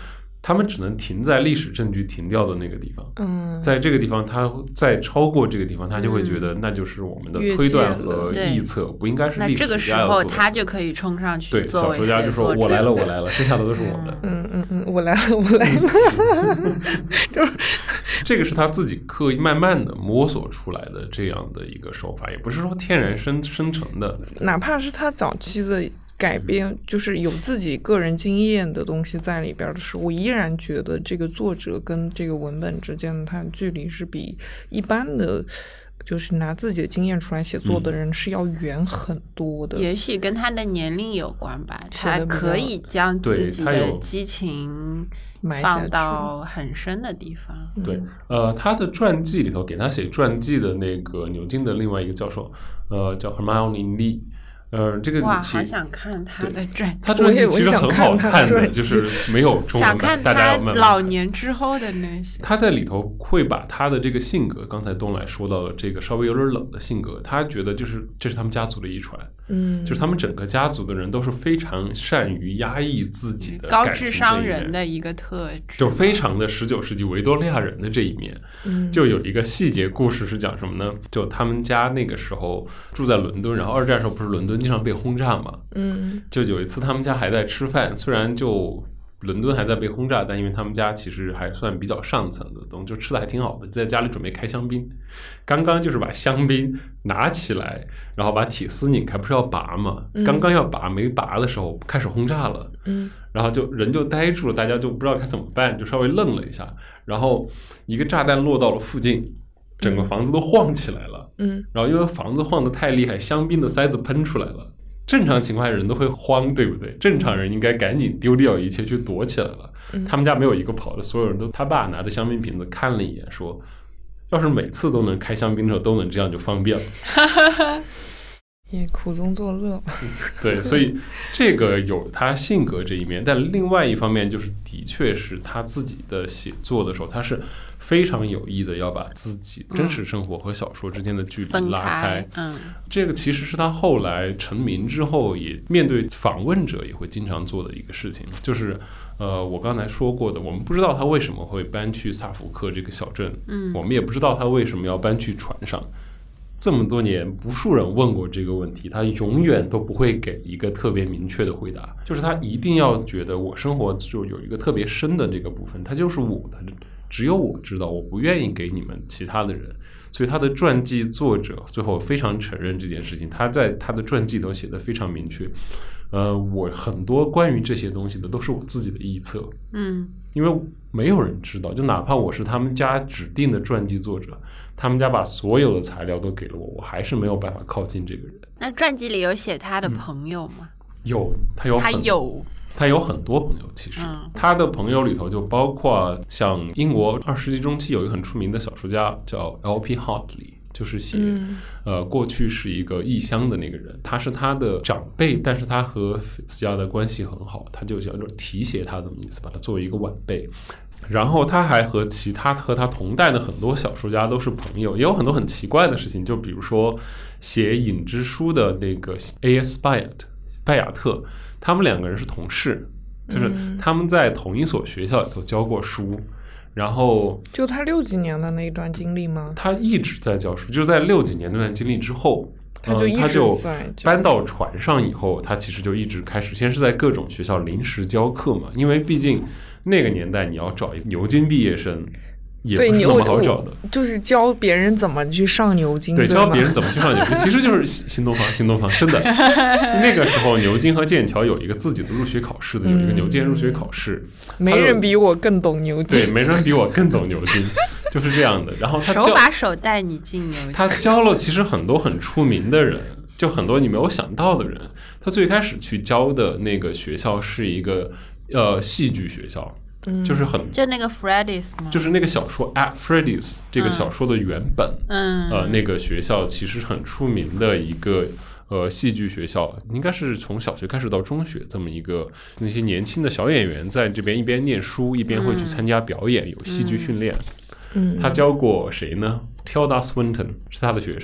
S1: 他们只能停在历史证据停掉的那个地方。
S3: 嗯，
S1: 在这个地方，他再超过这个地方，他就会觉得那就是我们的推断和臆测，不应该是历史家要做的。
S2: 那这个时候他就可以冲上去，
S1: 对，小说家就说：“我来了，我来了，剩下的都是我的。”
S3: 嗯嗯嗯，我来了，我来了。就是
S1: 这个是他自己刻意慢慢的摸索出来的这样的一个手法，也不是说天然生生成的。
S3: 哪怕是他早期的改编，就是有自己个人经验的东西在里边的时候，我依然觉得这个作者跟这个文本之间的它距离是比一般的就是拿自己的经验出来写作的人是要远很多的。
S2: 也许跟他的年龄有关吧，他可以将自己的激情放到很深的地方。
S1: 对，呃，他的传记里头给他写传记的那个牛津的另外一个教授，呃，叫 Hermione Lee。呃，这个
S2: 哇，好想看他的传记。
S1: 他传记其实很好看的，就是没有中文版，大家要慢慢看。
S2: 老年之后的那些，
S1: 他在里头会把他的这个性格，刚才东来说到的这个稍微有点冷的性格，他觉得就是这是他们家族的遗传，
S3: 嗯，
S1: 就是他们整个家族的人都是非常善于压抑自己的
S2: 高智商人的一个特质，
S1: 就非常的十九世纪维多利亚人的这一面。
S3: 嗯，
S1: 就有一个细节故事是讲什么呢？就他们家那个时候住在伦敦，然后二战时候不是伦敦经常被轰炸嘛，
S3: 嗯，
S1: 就有一次他们家还在吃饭，虽然就伦敦还在被轰炸，但因为他们家其实还算比较上层的东西，就吃的还挺好的，在家里准备开香槟，刚刚就是把香槟拿起来，然后把铁丝拧开，不是要拔嘛、嗯、刚刚要拔没拔的时候开始轰炸了，
S3: 嗯，
S1: 然后就人就呆住了，大家就不知道该怎么办，就稍微愣了一下，然后一个炸弹落到了附近，整个房子都晃起来了，
S3: 嗯，
S1: 然后因为房子晃得太厉害，香槟的塞子喷出来了。正常情况下人都会慌，对不对？正常人应该赶紧丢掉一切去躲起来了、嗯、他们家没有一个跑的，所有人都，他爸拿着香槟瓶子看了一眼说，要是每次都能开香槟的时候都能这样就方便了。
S3: 也苦中作乐吧。
S1: 对，所以这个有他性格这一面，但另外一方面就是的确是他自己的写作的时候，他是非常有意的要把自己真实生活和小说之间的距离拉开。
S2: 开嗯，
S1: 这个其实是他后来成名之后也面对访问者也会经常做的一个事情，就是呃，我刚才说过的，我们不知道他为什么会搬去萨福克这个小镇，
S2: 嗯，
S1: 我们也不知道他为什么要搬去船上。这么多年无数人问过这个问题，他永远都不会给一个特别明确的回答，就是他一定要觉得我生活就有一个特别深的这个部分，它就是我的，只有我知道，我不愿意给你们其他的人。所以他的传记作者最后非常承认这件事情，他在他的传记都写得非常明确，呃，我很多关于这些东西的都是我自己的臆测，
S2: 嗯，
S1: 因为没有人知道，就哪怕我是他们家指定的传记作者，他们家把所有的材料都给了我，我还是没有办法靠近这个人。
S2: 那传记里有写他的朋友吗？
S1: 嗯、有，他有很，
S2: 他有。
S1: 他有很多朋友，其实、
S2: 嗯、
S1: 他的朋友里头就包括像英国二十世纪中期有一个很出名的小说家叫 L P Hartley， 就是写、
S3: 嗯、
S1: 呃过去是一个异乡的那个人，他是他的长辈，但是他和自家的关系很好，他就叫做提携他的意思，把他作为一个晚辈。然后他还和其他和他同代的很多小说家都是朋友，也有很多很奇怪的事情，就比如说写《影之书》的那个 A S 拜亚特拜亚特，他们两个人是同事，就是他们在同一所学校里头教过书、嗯、然后
S3: 就他六几年的那一段经历吗？
S1: 他一直在教书，就是在六几年那段经历之后
S3: 他就一直在、嗯、他就
S1: 搬到船上以后，他其实就一直开始先是在各种学校临时教课嘛，因为毕竟那个年代你要找一个牛津毕业生也不是那么好找的，
S3: 就是教别人怎么去上牛津，
S1: 对，教别人怎么去上牛津，其实就是新东方，新东方真的。那个时候，牛津和剑桥有一个自己的入学考试的，有一个牛剑入学考试，
S3: 嗯、没人比我更懂牛津，
S1: 对，没人比我更懂牛津，就是这样的。然后他
S2: 手把手带你进牛津，
S1: 他教了其实很多很出名的人，就很多你没有想到的人。他最开始去教的那个学校是一个呃戏剧学校。
S3: 嗯、
S1: 就是很
S2: 就那个 Freddy's 吗？
S1: 就是那个小说 At Freddy's 这个小说的原本，
S2: 嗯，
S1: 呃，那个学校其实很出名的一个呃戏剧学校，应该是从小学开始到中学这么一个，那些年轻的小演员在这边一边念书一边会去参加表演，嗯、有戏剧训练。
S3: 嗯，
S1: 他教过谁呢？ Tilda Swinton 是他的学生。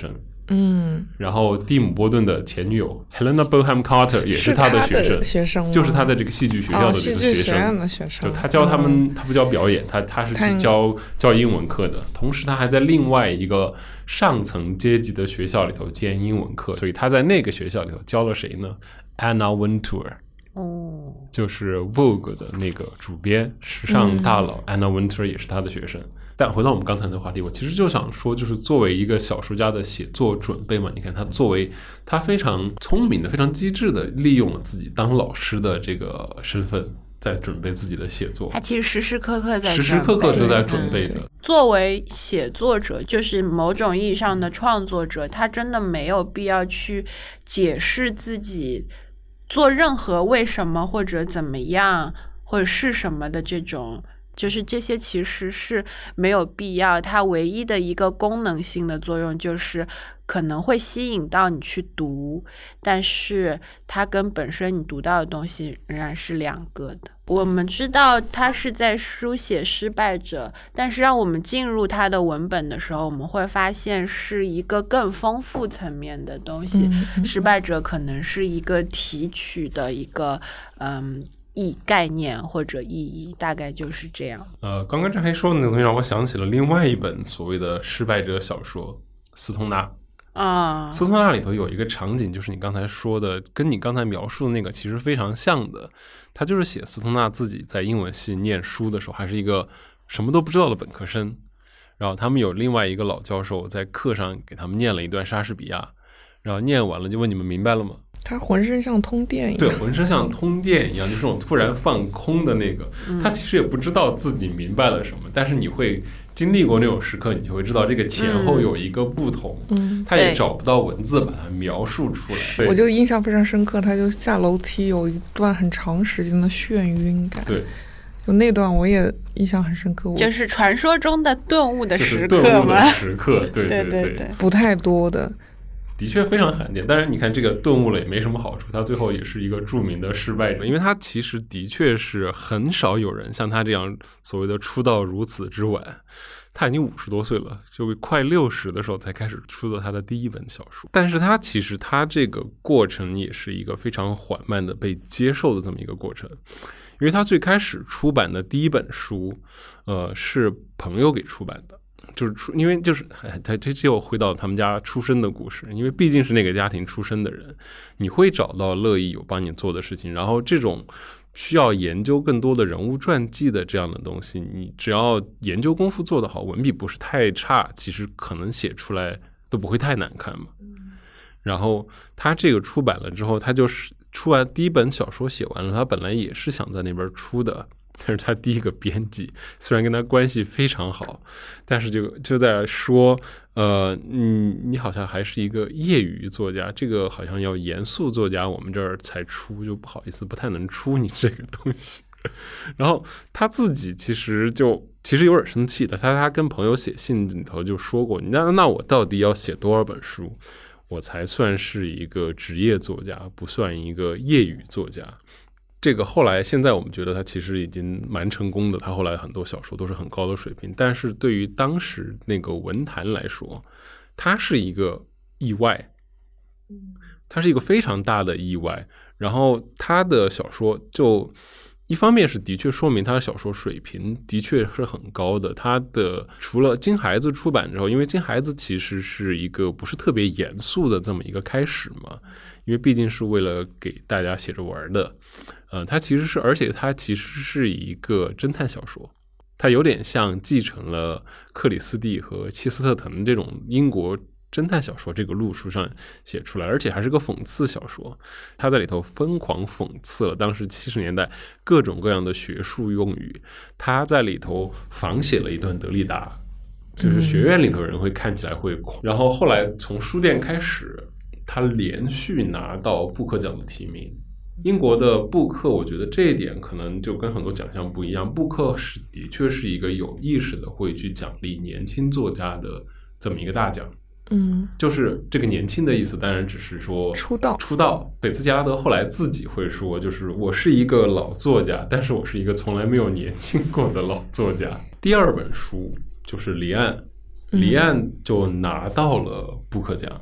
S3: 嗯，
S1: 然后蒂姆·波顿的前女友 Helena Bonham Carter 也是他的学生，
S3: 学生
S1: 就是他在这个戏剧学校的这个学生，
S3: 哦、的学生
S1: 就他教他们，嗯、他不教表演，他他是去教教英文课的，同时他还在另外一个上层阶级的学校里头兼英文课，所以他在那个学校里头教了谁呢 ？Anna Wintour。
S2: 哦，
S1: 就是 Vogue 的那个主编，时尚大佬、嗯、Anna Wintour 也是他的学生。但回到我们刚才的话题，我其实就想说，就是作为一个小说家的写作准备嘛，你看他作为他非常聪明的、非常机智的利用了自己当老师的这个身份，在准备自己的写作。
S2: 他其实时时刻刻在
S1: 时时刻刻都在准备的。
S2: 作为写作者，就是某种意义上的创作者，他真的没有必要去解释自己做任何为什么或者怎么样或者是什么的这种，就是这些其实是没有必要。它唯一的一个功能性的作用就是可能会吸引到你去读，但是它跟本身你读到的东西仍然是两个的。我们知道他是在书写失败者，但是让我们进入他的文本的时候，我们会发现是一个更丰富层面的东西。
S3: 嗯嗯、
S2: 失败者可能是一个提取的一个嗯意概念或者意义，大概就是这样。
S1: 呃，刚刚张黑说的那个东西让我想起了另外一本所谓的失败者小说《斯通纳》
S2: 啊。
S1: 斯通纳里头有一个场景，就是你刚才说的，跟你刚才描述的那个其实非常像的。他就是写斯通纳自己在英文系念书的时候，还是一个什么都不知道的本科生，然后他们有另外一个老教授在课上给他们念了一段莎士比亚，然后念完了就问你们明白了吗？
S3: 他浑身像通电一样，
S1: 对，浑身像通电一样，就是那种突然放空的那个。他其实也不知道自己明白了什么，嗯、但是你会经历过那种时刻，你就会知道这个前后有一个不同。嗯，他也找不到文字把它描述出来。
S3: 我就印象非常深刻，他就下楼梯有一段很长时间的眩晕感。
S1: 对。
S3: 就那段我也印象很深刻，
S2: 就是传说中的顿悟的时刻
S1: 嘛，顿悟的时刻，对
S2: 对
S1: 对
S2: 对, 对，
S3: 不太多的。
S1: 的确非常罕见，当然你看这个顿悟了也没什么好处，他最后也是一个著名的失败者，因为他其实的确是很少有人像他这样所谓的出道如此之晚，他已经五十多岁了，就快六十的时候才开始出的他的第一本小说，但是他其实他这个过程也是一个非常缓慢的被接受的这么一个过程，因为他最开始出版的第一本书呃，是朋友给出版的，就是出，因为就是他这只有回到他们家出身的故事，因为毕竟是那个家庭出身的人，你会找到乐意有帮你做的事情，然后这种需要研究更多的人物传记的这样的东西，你只要研究功夫做得好，文笔不是太差，其实可能写出来都不会太难看嘛。然后他这个出版了之后，他就是出完第一本小说写完了，他本来也是想在那边出的，但是他第一个编辑虽然跟他关系非常好，但是就就在说呃你你好像还是一个业余作家，这个好像要严肃作家我们这儿才出，就不好意思不太能出你这个东西。然后他自己其实就其实有点生气的，他他跟朋友写信里头就说过，那那我到底要写多少本书我才算是一个职业作家，不算一个业余作家。这个后来现在我们觉得他其实已经蛮成功的，他后来很多小说都是很高的水平，但是对于当时那个文坛来说，他是一个意外，他是一个非常大的意外。然后他的小说就一方面是的确说明他的小说水平的确是很高的，他的除了金孩子出版之后，因为金孩子其实是一个不是特别严肃的这么一个开始嘛，因为毕竟是为了给大家写着玩的，呃，它其实是，而且它其实是一个侦探小说，它有点像继承了克里斯蒂和切斯特滕这种英国侦探小说这个路数上写出来，而且还是个讽刺小说，他在里头疯狂讽刺了当时七十年代各种各样的学术用语，他在里头仿写了一段德利达，就是学院里头人会看起来会狂，然后后来从书店开始他连续拿到布克奖的提名。英国的布克我觉得这一点可能就跟很多奖项不一样，布克是的确是一个有意识的会去奖励年轻作家的这么一个大奖。
S3: 嗯，
S1: 就是这个年轻的意思当然只是说
S3: 出道
S1: 出道北茨杰拉德后来自己会说，就是我是一个老作家，但是我是一个从来没有年轻过的老作家。第二本书就是离岸，离岸就拿到了布克奖，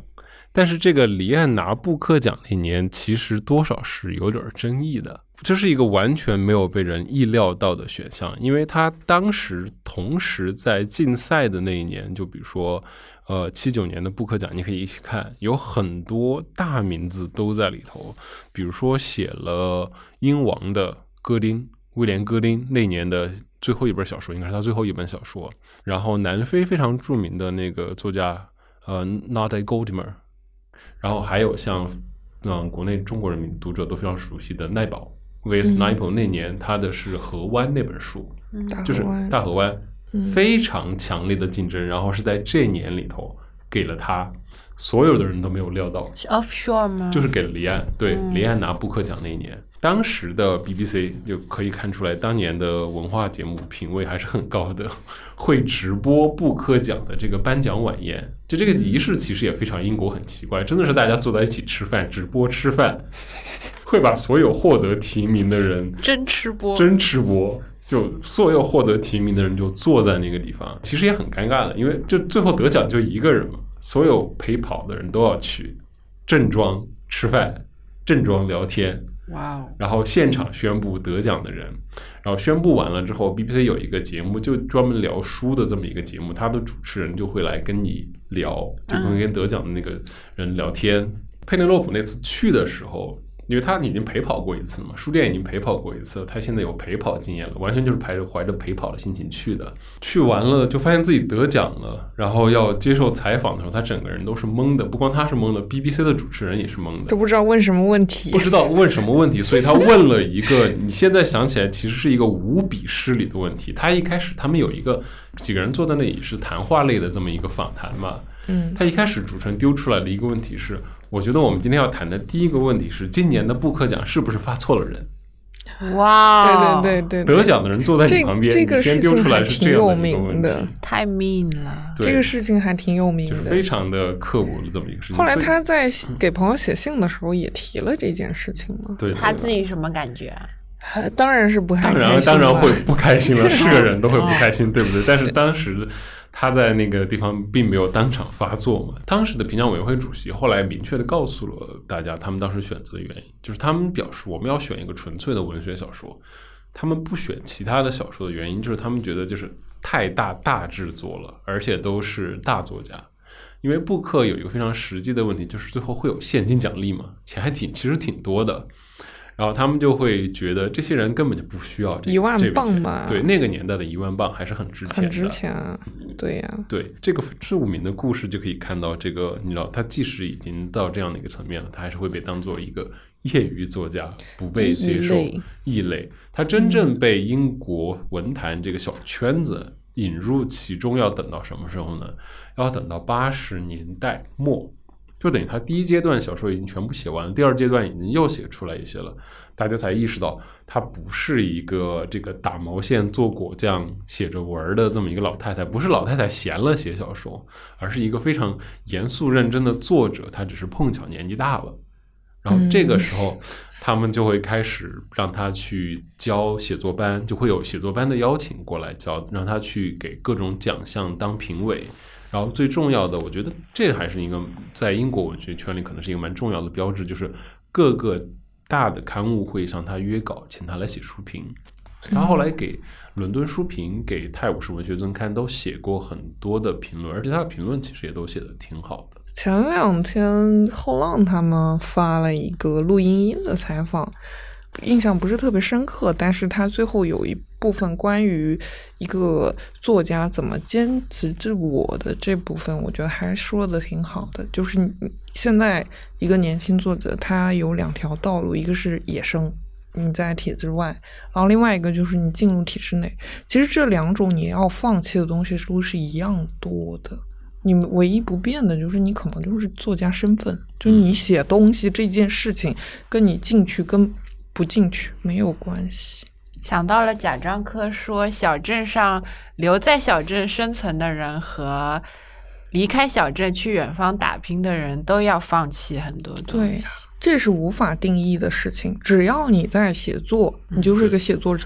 S1: 但是这个黎安拿布克奖那年其实多少是有点争议的，这是一个完全没有被人意料到的选项，因为他当时同时在竞赛的那一年，就比如说呃七九年的布克奖，你可以一起看，有很多大名字都在里头，比如说写了英王的戈丁，威廉戈丁那年的最后一本小说，应该是他最后一本小说，然后南非非常著名的那个作家呃 Nada Goldmer， 然后还有像嗯国内中国人民读者都非常熟悉的奈保 V S Naipaul， 那年他的是河湾那本书，
S3: 嗯、
S1: 就是大河湾、嗯、非常强烈的竞争，然后是在这年里头给了他，所有的人都没有料到，
S2: 是 offshore 吗？
S1: 就是给了黎安，对、嗯、黎安拿布克奖那一年，当时的 B B C 就可以看出来，当年的文化节目品味还是很高的，会直播布克奖的这个颁奖晚宴，就这个仪式其实也非常英国很奇怪，真的是大家坐在一起吃饭，直播吃饭，会把所有获得提名的人
S2: 真吃播，
S1: 真吃播。就所有获得提名的人就坐在那个地方，其实也很尴尬的，因为就最后得奖就一个人嘛，所有陪跑的人都要去正装吃饭，正装聊天，
S2: 哇哦！
S1: 然后现场宣布得奖的人，然后宣布完了之后 B B C 有一个节目就专门聊书的这么一个节目，他的主持人就会来跟你聊，就会跟得奖的那个人聊天、嗯、佩内洛普那次去的时候，因为他已经陪跑过一次嘛，书店已经陪跑过一次，他现在有陪跑经验了，完全就是怀着怀着陪跑的心情去的。去完了就发现自己得奖了，然后要接受采访的时候，他整个人都是懵的，不光他是懵的 ，B B C 的主持人也是懵的，
S3: 都不知道问什么问题，
S1: 不知道问什么问题，所以他问了一个你现在想起来其实是一个无比失礼的问题。他一开始他们有一个几个人坐在那里是谈话类的这么一个访谈嘛，
S3: 嗯，
S1: 他一开始主持人丢出来的一个问题是，我觉得我们今天要谈的第一个问题是，今年的布克奖是不是发错了人？
S2: 哇，
S3: 对对对对，
S1: 得奖的人坐在你旁边，
S3: 这个
S1: 你先丢出来是这样的一个问题，
S2: 太 mean 了。
S3: 这个事情还挺有名的，
S1: 就是非常的刻薄的这么一个事情。
S3: 后来他在给朋友写信的时候也提了这件事情了，
S1: 对，
S2: 他自己什么感觉啊？
S3: 当然是不开心，
S1: 当然当然会不开心了，是个人都会不开心，对不对？但是当时他在那个地方并没有当场发作嘛。当时的评奖委员会主席后来明确的告诉了大家，他们当时选择的原因，就是他们表示我们要选一个纯粹的文学小说，他们不选其他的小说的原因，就是他们觉得就是太大大制作了，而且都是大作家。因为布克有一个非常实际的问题，就是最后会有现金奖励嘛，钱还挺其实挺多的。然后他们就会觉得这些人根本就不需要这
S3: 一万镑吧？
S1: 对，那个年代的一万镑还是很值钱的，
S3: 很值钱啊！对呀、啊，
S1: 对这个著名的故事就可以看到，这个你知道，他即使已经到这样的一个层面了，他还是会被当做一个业余作家，不被接受异类。他真正被英国文坛这个小圈子引入其中，要等到什么时候呢？要等到八十年代末。就等于他第一阶段小说已经全部写完了，第二阶段已经又写出来一些了，大家才意识到他不是一个这个打毛线做果酱写着文的这么一个老太太，不是老太太闲了写小说，而是一个非常严肃认真的作者，他只是碰巧年纪大了。然后这个时候他们就会开始让他去教写作班，就会有写作班的邀请过来教，让他去给各种奖项当评委。然后最重要的，我觉得这还是一个在英国文学圈里可能是一个蛮重要的标志，就是各个大的刊物会上他约稿，请他来写书评。他后来给伦敦书评、给泰晤士文学周刊都写过很多的评论，而且他的评论其实也都写得挺好的。
S3: 前两天后浪他们发了一个录音音的采访，印象不是特别深刻，但是他最后有一部分关于一个作家怎么坚持自我的这部分，我觉得还说的挺好的。就是你现在一个年轻作者，他有两条道路，一个是野生，你在体制外，然后另外一个就是你进入体制内。其实这两种你要放弃的东西都是一样多的，你唯一不变的就是你可能就是作家身份，就是你写东西这件事情跟你进去跟不进去没有关系。
S2: 想到了贾樟柯说，小镇上留在小镇生存的人和离开小镇去远方打拼的人都要放弃很多东西。
S3: 对，这是无法定义的事情。只要你在写作，你就是个写作者，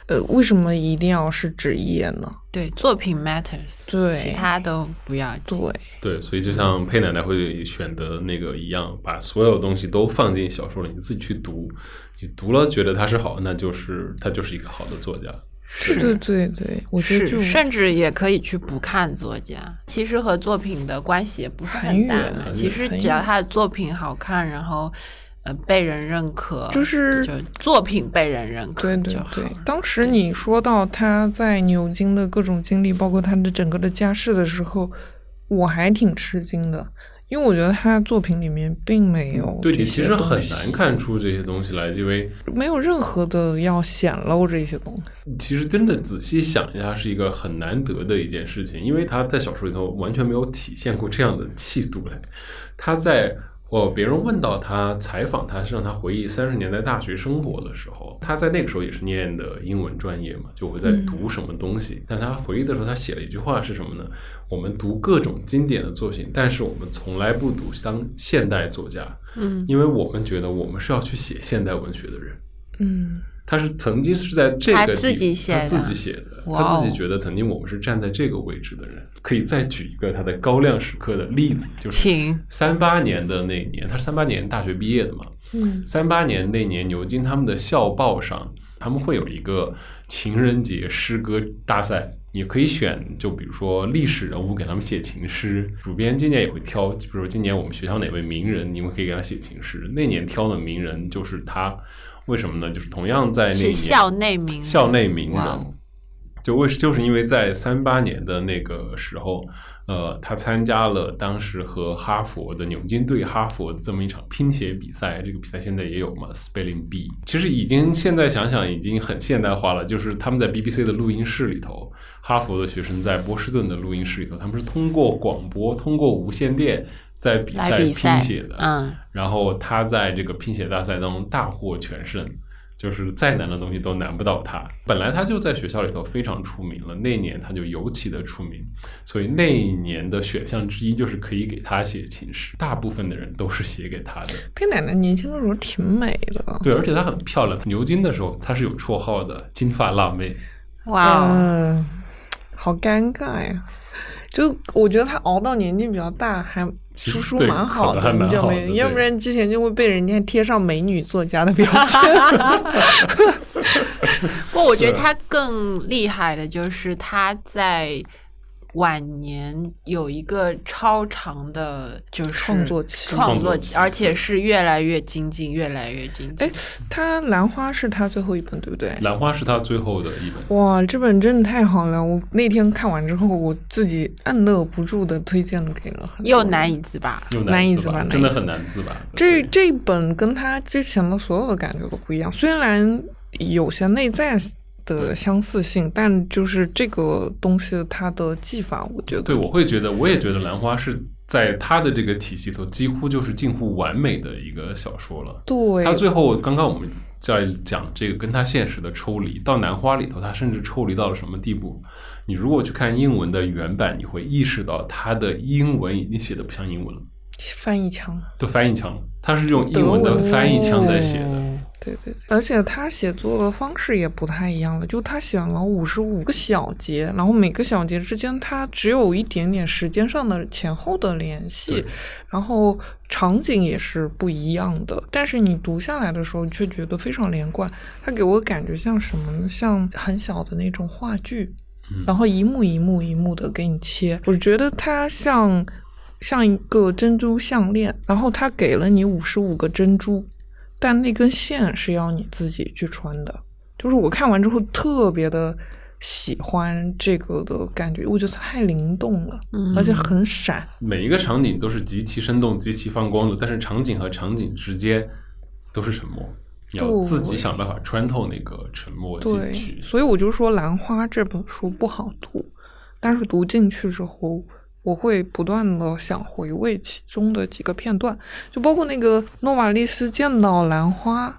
S3: 呃，为什么一定要是职业呢？
S2: 对，作品 matters，
S3: 对，
S2: 其他都不要紧。
S3: 对
S1: 对，所以就像佩奶奶会选择那个一样，把所有东西都放进小说里，你自己去读，你读了觉得它是好，那就是它就是一个好的作家。
S3: 对对对对，我觉得就
S2: 甚至也可以去不看作家，其实和作品的关系也不是很大嘛。其实只要他的作品好看，然后呃被人认可，
S3: 就是
S2: 就作品被人认可就好。
S3: 对对对，当时你说到他在牛津的各种经历，包括他的整个的家世的时候，我还挺吃惊的。因为我觉得他作品里面并没有
S1: 对，你其实很难看出这些东西来，因为
S3: 没有任何的要显露这些东西。
S1: 其实真的仔细想一下，是一个很难得的一件事情，因为他在小说里头完全没有体现过这样的气度来。他在哦，别人问到他采访他，是让他回忆三十年代大学生活的时候，他在那个时候也是念的英文专业嘛，就会在读什么东西。嗯、但他回忆的时候，他写了一句话是什么呢？我们读各种经典的作品，但是我们从来不读当现代作家，嗯，因为我们觉得我们是要去写现代文学的人，嗯。他是曾经是在这个
S2: 他自己写的，
S1: 他自己写的，他自己觉得曾经我们是站在这个位置的人。可以再举一个他的高亮时刻的例子，就是三八年的那年，他是三八年大学毕业的嘛，嗯，三八年那年牛津他们的校报上，他们会有一个情人节诗歌大赛，你可以选，就比如说历史人物给他们写情诗，主编今年也会挑，比如说今年我们学校哪位名人，你们可以给他写情诗。那年挑的名人就是他。为什么呢？就是同样在那年
S2: 是校内名人，
S1: 校内名人，就为就是因为在三八年的那个时候，呃，他参加了当时和哈佛的牛津对哈佛的这么一场拼写比赛。这个比赛现在也有嘛 ，Spelling Bee， 其实已经现在想想已经很现代化了。就是他们在 B B C 的录音室里头，哈佛的学生在波士顿的录音室里头，他们是通过广播，通过无线电。在比赛拼写的，嗯，然后他在这个拼写大赛当中大获全胜，就是再难的东西都难不到他。本来他就在学校里头非常出名了，那年他就尤其的出名，所以那一年的选项之一就是可以给他写情诗，大部分的人都是写给他的。
S3: 佩奶奶年轻的时候挺美的，
S1: 对，而且她很漂亮。牛津的时候她是有绰号的金发辣妹。
S3: 哇、呃，好尴尬呀！就我觉得她熬到年纪比较大还。出书蛮好的，你知道没？要不然之前就会被人家贴上美女作家的标签。
S2: 不过我觉得他更厉害的就是他在晚年有一个超长的，就是
S3: 创作期，
S2: 创作期，而且是越来越精进，越来越精进。
S3: 哎，他《兰花》是他最后一本，对不对？《
S1: 兰花》是他最后的一本。
S3: 哇，这本真的太好了！我那天看完之后，我自己按捺不住的推荐给了很多。
S2: 又难以自拔，
S1: 又
S3: 难以自拔，
S1: 真的很难自拔。
S3: 这这本跟他之前的所有的感觉都不一样，虽然有些内在的相似性，但就是这个东西它的技法我觉得
S1: 对，我会觉得我也觉得兰花是在他的这个体系头几乎就是近乎完美的一个小说了。
S3: 对，
S1: 他最后刚刚我们在讲这个跟他现实的抽离，到兰花里头他甚至抽离到了什么地步，你如果去看英文的原版，你会意识到他的英文已经写的不像英文了，
S3: 翻译腔，
S1: 都翻译腔，他是用英文的翻译腔在写的。
S3: 对对对，而且他写作的方式也不太一样了，就他写了五十五个小节，然后每个小节之间他只有一点点时间上的前后的联系，然后场景也是不一样的，但是你读下来的时候却觉得非常连贯。他给我感觉像什么呢？像很小的那种话剧，然后一幕一幕一幕的给你切，我觉得它像像一个珍珠项链，然后他给了你五十五个珍珠，但那根线是要你自己去穿的。就是我看完之后特别的喜欢这个的感觉，我觉得太灵动了，嗯、而且很闪。
S1: 每一个场景都是极其生动、极其放光的，但是场景和场景之间都是沉默，你要自己想办法穿透那个沉默进去。
S3: 对，所以我就说《兰花》这本书不好读，但是读进去之后，我会不断的想回味其中的几个片段，就包括那个诺瓦利斯见到兰花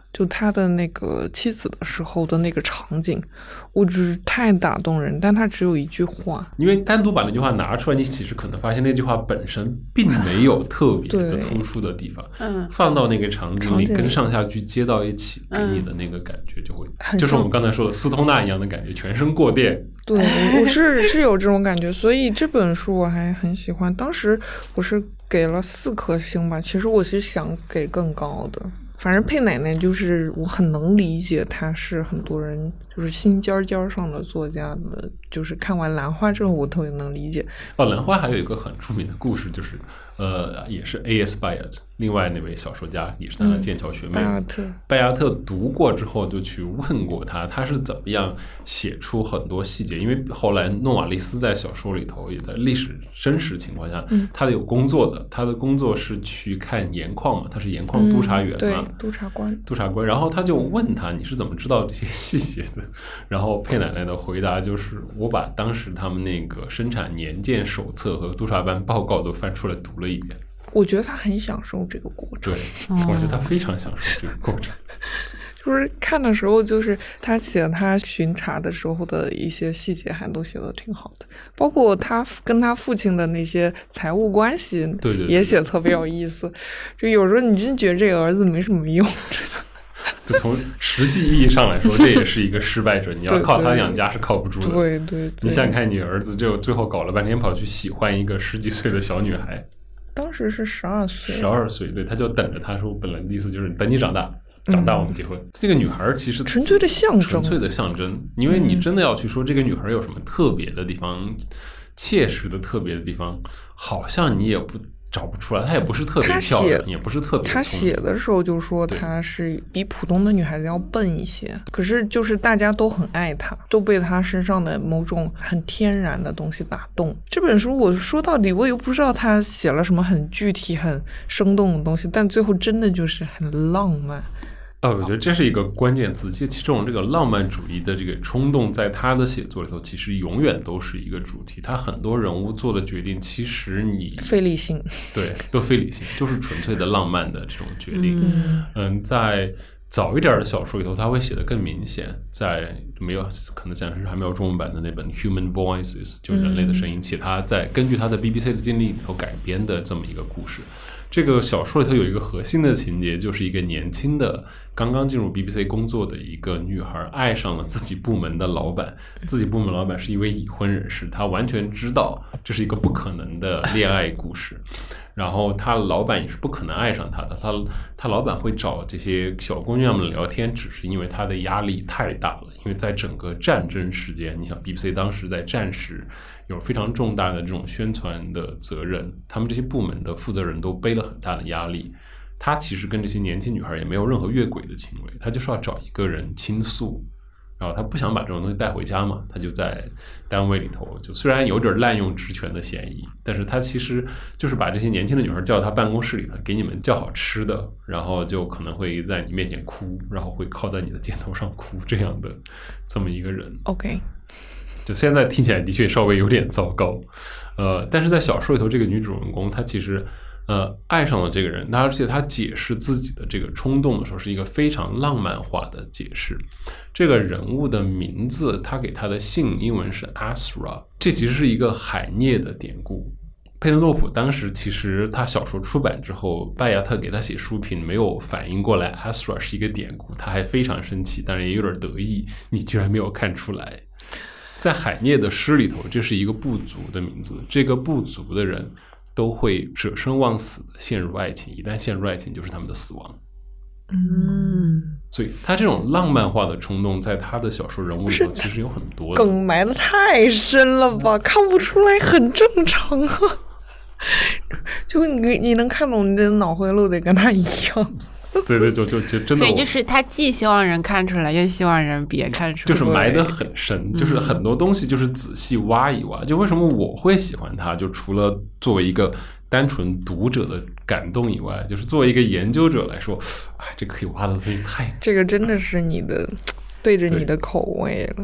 S3: 就他的那个妻子的时候的那个场景，我就是太打动人，但他只有一句话，
S1: 因为单独把那句话拿出来，你其实可能发现那句话本身并没有特别的突出的地方，
S2: 嗯，
S1: 放到那个场景里跟上下句接到一起，给你的那个感觉就会，嗯、就是我们刚才说的斯通纳一样的感觉，全身过电。
S3: 对，我是是有这种感觉，所以这本书我还很喜欢。当时我是给了四颗星吧，其实我是想给更高的。反正佩奶奶就是我很能理解，她是很多人就是心尖尖上的作家的，就是看完兰花之后我特别能理解。
S1: 哦，兰花还有一个很著名的故事，就是呃，也是 A S 拜亚特，另外那位小说家也是他的剑桥学妹，拜
S3: 亚特。
S1: 拜亚特读过之后就去问过他，他是怎么样写出很多细节，因为后来诺瓦利斯在小说里头也在历史真实情况下，嗯、他的有工作的，他的工作是去看盐矿嘛，他是盐矿督察员嘛。
S3: 嗯，对，督察官。
S1: 督察官，然后他就问他你是怎么知道这些细节的？然后佩奶奶的回答就是我把当时他们那个生产年鉴手册和督察班报告都翻出来读了一遍。
S3: 我觉得他很享受这个过程。
S1: 对，我觉得他非常享受这个过程。
S3: 就是看的时候，就是他写他巡查的时候的一些细节还都写得挺好的，包括他跟他父亲的那些财务关系，
S1: 对对，
S3: 也写得特别有意思。就有时候你真觉得这个儿子没什么用。
S1: 就从实际意义上来说，这也是一个失败者。你要靠他养家是靠不住的。
S3: 对 对, 对, 对。
S1: 你想想看，你儿子就最后搞了半天跑去喜欢一个十几岁的小女孩，
S3: 当时是十二岁。
S1: 十二岁，对，他就等着他说，本来的意思就是等你长大。长大我们结婚、嗯、这个女孩其实
S3: 纯粹的象征，
S1: 纯粹的象征。因为你真的要去说这个女孩有什么特别的地方、嗯、切实的特别的地方，好像你也不找不出来。她也不是特别漂亮，也不是特别聪明。
S3: 她写的时候就说她是比普通的女孩子要笨一些，可是就是大家都很爱她，都被她身上的某种很天然的东西打动。这本书我说到底我又不知道她写了什么很具体很生动的东西，但最后真的就是很浪漫。
S1: 哦，我觉得这是一个关键词。其实其中这个浪漫主义的这个冲动，在他的写作里头，其实永远都是一个主题。他很多人物做的决定，其实你
S3: 非理性，
S1: 对，都非理性，就是纯粹的浪漫的这种决定。嗯, 嗯，在早一点的小说里头，他会写得更明显。在没有可能暂时还没有中文版的那本《Human Voices》，就人类的声音，且他在根据他的 B B C 的经历里头改编的这么一个故事。这个小说里头有一个核心的情节，就是一个年轻的刚刚进入 B B C 工作的一个女孩爱上了自己部门的老板，自己部门老板是一位已婚人士，她完全知道这是一个不可能的恋爱故事，然后她老板也是不可能爱上她的，她她老板会找这些小姑娘们聊天，只是因为她的压力太大了。因为在整个战争时间，你想 B B C 当时在战时有非常重大的这种宣传的责任，他们这些部门的负责人都背了很大的压力。他其实跟这些年轻女孩也没有任何越轨的行为，他就是要找一个人倾诉，然后他不想把这种东西带回家嘛，他就在单位里头，就虽然有点滥用职权的嫌疑，但是他其实就是把这些年轻的女孩叫到他办公室里头，给你们叫好吃的，然后就可能会在你面前哭，然后会靠在你的肩头上哭，这样的这么一个人。
S3: OK，
S1: 就现在听起来的确稍微有点糟糕，呃，但是在小说里头，这个女主人公她其实呃爱上了这个人，而且她解释自己的这个冲动的时候是一个非常浪漫化的解释。这个人物的名字，她给她的姓英文是 Asra， 这其实是一个海涅的典故。佩内洛普当时其实他小说出版之后，拜亚特给他写书评没有反应过来 Asra 是一个典故，他还非常生气，当然也有点得意，你居然没有看出来。在海涅的诗里头，这是一个部族的名字，这个部族的人都会舍生忘死的陷入爱情，一旦陷入爱情就是他们的死亡。
S3: 嗯，
S1: 所以他这种浪漫化的冲动在他的小说人物里头其实有很多的
S3: 梗埋的太深了吧，看不出来很正常啊。就你你能看懂，你的脑回路得跟他一样。
S1: 对对，就就就真的，
S2: 所以就是他既希望人看出来，又希望人别看出来，
S1: 就是埋得很深，就是很多东西就是仔细挖一挖。就为什么我会喜欢他，就除了作为一个单纯读者的感动以外，就是作为一个研究者来说，哎，这可以挖的东西太……
S3: 这个真的是你的对着你的口味了。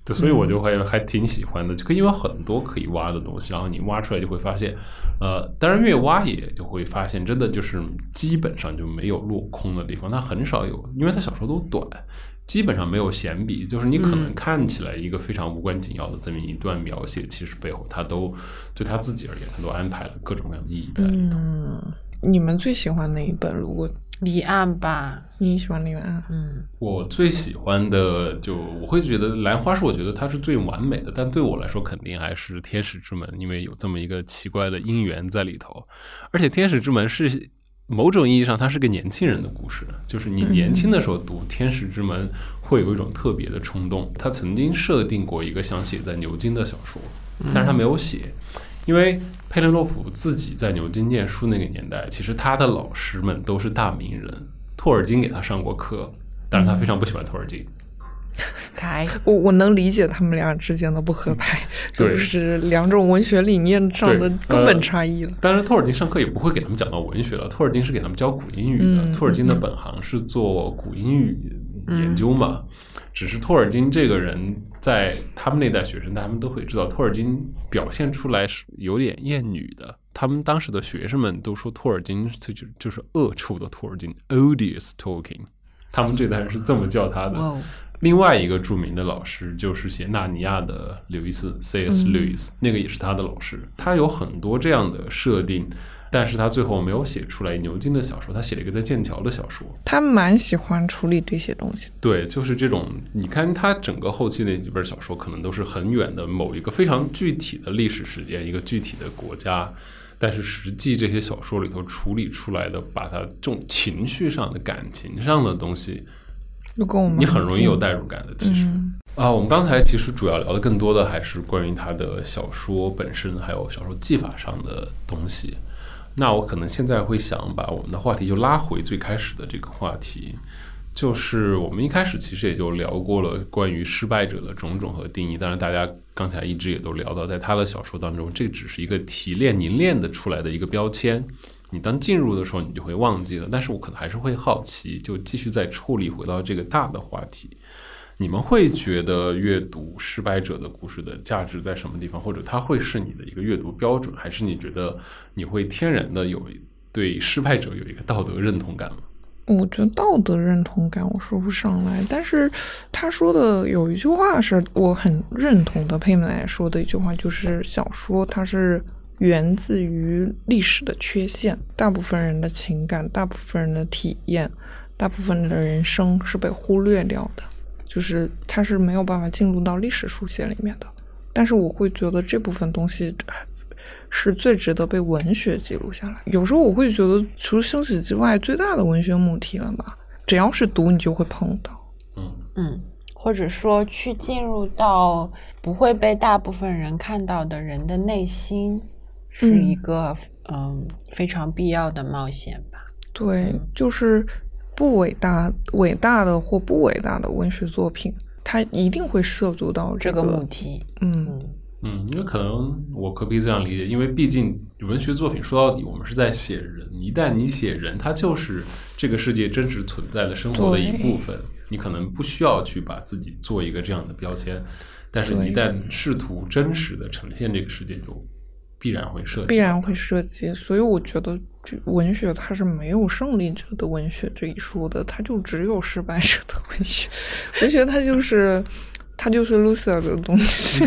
S1: 对，所以我就会还挺喜欢的，就因为有很多可以挖的东西，然后你挖出来就会发现，呃，当然越挖也就会发现，真的就是基本上就没有落空的地方，它很少有，因为它小说都短，基本上没有闲笔，就是你可能看起来一个非常无关紧要的这么一段描写，嗯、其实背后他都对他自己而言，他都安排了各种各样的意义在里头。
S3: 嗯，你们最喜欢哪一本？如果
S2: 离岸吧，
S3: 你喜欢离岸？
S2: 嗯，
S1: 我最喜欢的就我会觉得兰花是我觉得它是最完美的，但对我来说肯定还是天使之门，因为有这么一个奇怪的因缘在里头，而且天使之门是某种意义上它是个年轻人的故事，就是你年轻的时候读天使之门会有一种特别的冲动。他曾经设定过一个想写在牛津的小说，但是他没有写，因为佩雷洛普自己在牛津念书那个年代，其实他的老师们都是大名人，托尔金给他上过课，但是他非常不喜欢托尔金。
S2: 开
S3: 我我能理解他们俩之间的不合拍，就是两种文学理念上的根本差异了。
S1: 呃、但是托尔金上课也不会给他们讲到文学了，托尔金是给他们教古英语的。嗯、托尔金的本行是做古英语研究嘛，嗯、只是托尔金这个人在他们那代学生，他们都会知道托尔金表现出来是有点厌女的。他们当时的学生们都说托尔金就就是恶臭的托尔金 ，odious Tolkien， 他们这代人是这么叫他的。
S2: 哦，
S1: 另外一个著名的老师就是写《纳尼亚》的刘易斯 C S 刘易斯，那个也是他的老师。他有很多这样的设定，但是他最后没有写出来牛津的小说，他写了一个在剑桥的小说。
S3: 他蛮喜欢处理这些东西。
S1: 对，就是这种，你看他整个后期那几本小说，可能都是很远的某一个非常具体的历史事件，一个具体的国家。但是实际这些小说里头处理出来的，把他这种情绪上的、感情上的东西，你很容易有代入感的。其实、嗯、啊，我们刚才其实主要聊的更多的还是关于他的小说本身，还有小说技法上的东西。那我可能现在会想把我们的话题就拉回最开始的这个话题，就是我们一开始其实也就聊过了关于失败者的种种和定义。当然大家刚才一直也都聊到，在他的小说当中，这只是一个提炼凝练的出来的一个标签，你当进入的时候你就会忘记了。但是我可能还是会好奇，就继续再抽离回到这个大的话题，你们会觉得阅读失败者的故事的价值在什么地方，或者它会是你的一个阅读标准，还是你觉得你会天然的有对失败者有一个道德认同感吗？
S3: 我觉得道德认同感我说不上来，但是他说的有一句话是我很认同的，佩奶说的一句话就是小说它是源自于历史的缺陷，大部分人的情感，大部分人的体验，大部分的人生是被忽略掉的，就是它是没有办法进入到历史书写里面的。但是我会觉得这部分东西是最值得被文学记录下来。有时候我会觉得除了生死之外最大的文学母题了吧，只要是读你就会碰到。
S2: 嗯嗯，或者说去进入到不会被大部分人看到的人的内心，是一个 嗯, 嗯非常必要的冒险吧。
S3: 对、嗯、就是不伟大伟大的或不伟大的文学作品，它一定会涉足到这个,
S2: 这个母题。
S3: 嗯
S1: 嗯，因为可能我可不可以这样理解，因为毕竟文学作品说到底我们是在写人，一旦你写人，它就是这个世界真实存在的生活的一部分，你可能不需要去把自己做一个这样的标签，但是你一旦试图真实的呈现这个世界，就必然会涉及
S3: 必然会涉及。所以我觉得文学它是没有胜利者的文学这一说的，它就只有失败者的文学。文学它就是它就是 loser 的东西。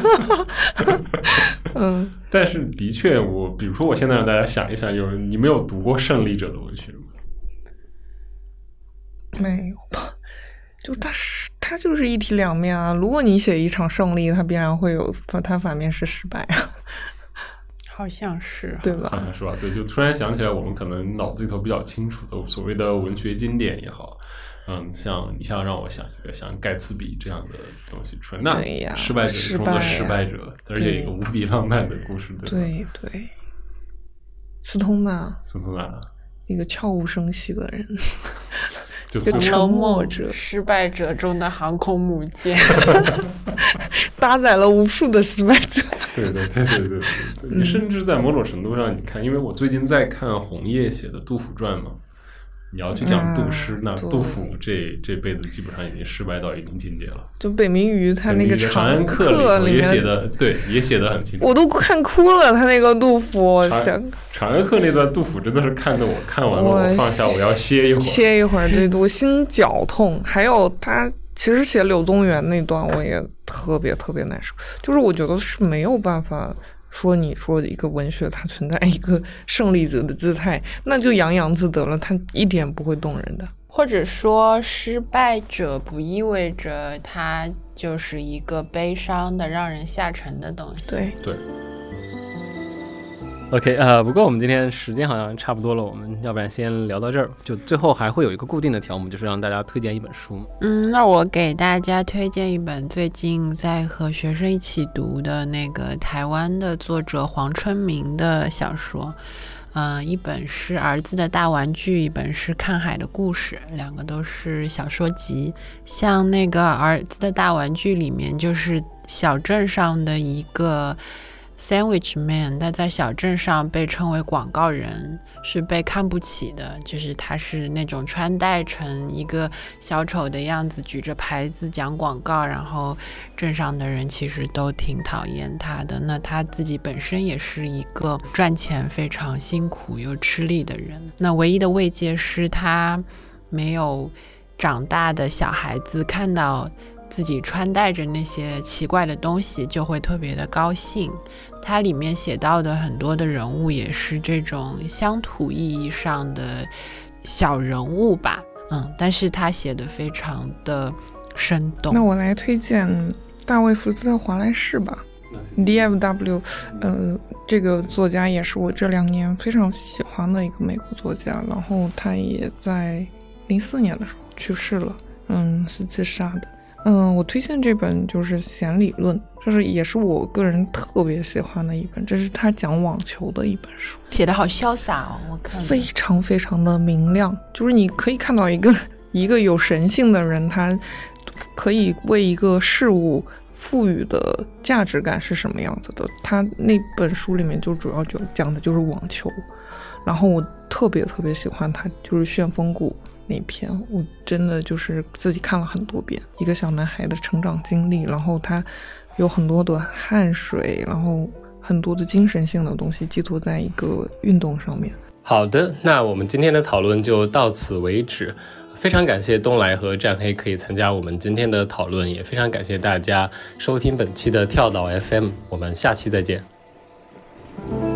S3: 嗯，
S1: 但是的确我比如说我现在让大家想一想，有你没有读过胜利者的文学吗？
S3: 没有吧，就它是它就是一体两面啊。如果你写一场胜利，它必然会有它反面是失败啊。
S2: 好像是，
S3: 对吧？
S1: 好像是吧？对，就突然想起来，我们可能脑子里头比较清楚的所谓的文学经典也好，嗯，像你像让我想一个像盖茨比这样的东西出来，那失败者中的失败者，而且一个无比浪漫的故事，对吧？
S3: 对对，斯通纳，
S1: 斯通纳，
S3: 一个悄无声息的人。
S1: 就
S3: 沉默者，
S2: 失败者中的航空母舰，
S3: 搭载了无数的失败者。
S1: 对对对对对对对，你甚至在某种程度上，你看，因为我最近在看红叶写的杜甫传嘛， 你要去讲杜诗，
S3: 嗯、
S1: 那杜甫这这辈子基本上已经失败到一定境界了。
S3: 就北冥鱼他那个
S1: 长安
S3: 客
S1: 里面也写的，对，也写的很清楚。
S3: 我都看哭了，他那个杜甫，
S1: 长长安客那段杜甫真的是看得我看完了，我, 我放下，我要歇一会儿，
S3: 歇一会儿，对，我心绞痛。还有他其实写柳宗元那段，我也特别特别难受，就是我觉得是没有办法。说你说一个文学它存在一个胜利者的姿态，那就洋洋自得了，它一点不会动人的。
S2: 或者说失败者不意味着它就是一个悲伤的让人下沉的东西。
S3: 对
S1: 对。
S4: OK， 呃，不过我们今天时间好像差不多了，我们要不然先聊到这儿。就最后还会有一个固定的条目，就是让大家推荐一本书。
S2: 嗯，那我给大家推荐一本最近在和学生一起读的那个台湾的作者黄春明的小说。呃，一本是《儿子的大玩具》，一本是《看海的故事》，两个都是小说集。像那个《儿子的大玩具》里面，就是小镇上的一个Sandwich Man， 他在小镇上被称为广告人，是被看不起的，就是他是那种穿戴成一个小丑的样子，举着牌子讲广告，然后镇上的人其实都挺讨厌他的。那他自己本身也是一个赚钱非常辛苦又吃力的人，那唯一的慰藉是他没有长大的小孩子看到自己穿戴着那些奇怪的东西就会特别的高兴。它里面写到的很多的人物也是这种乡土意义上的小人物吧，嗯，但是他写的非常的生动。
S3: 那我来推荐大卫福斯特华莱士吧 D F W， 呃，这个作家也是我这两年非常喜欢的一个美国作家，然后他也在零四年的时候去世了，嗯，是自杀的。嗯，我推荐这本就是《弦理论》，这是也是我个人特别喜欢的一本，这是他讲网球的一本书，
S2: 写得好潇洒哦，我看
S3: 非常非常的明亮，就是你可以看到一个一个有神性的人，他可以为一个事物赋予的价值感是什么样子的。他那本书里面就主要就讲的就是网球，然后我特别特别喜欢他就是旋风谷那篇，我真的就是自己看了很多遍，一个小男孩的成长经历，然后他有很多的汗水，然后很多的精神性的东西寄托在一个运动上面。
S4: 好的，那我们今天的讨论就到此为止，非常感谢东来和战黑可以参加我们今天的讨论，也非常感谢大家收听本期的跳岛 F M， 我们下期再见。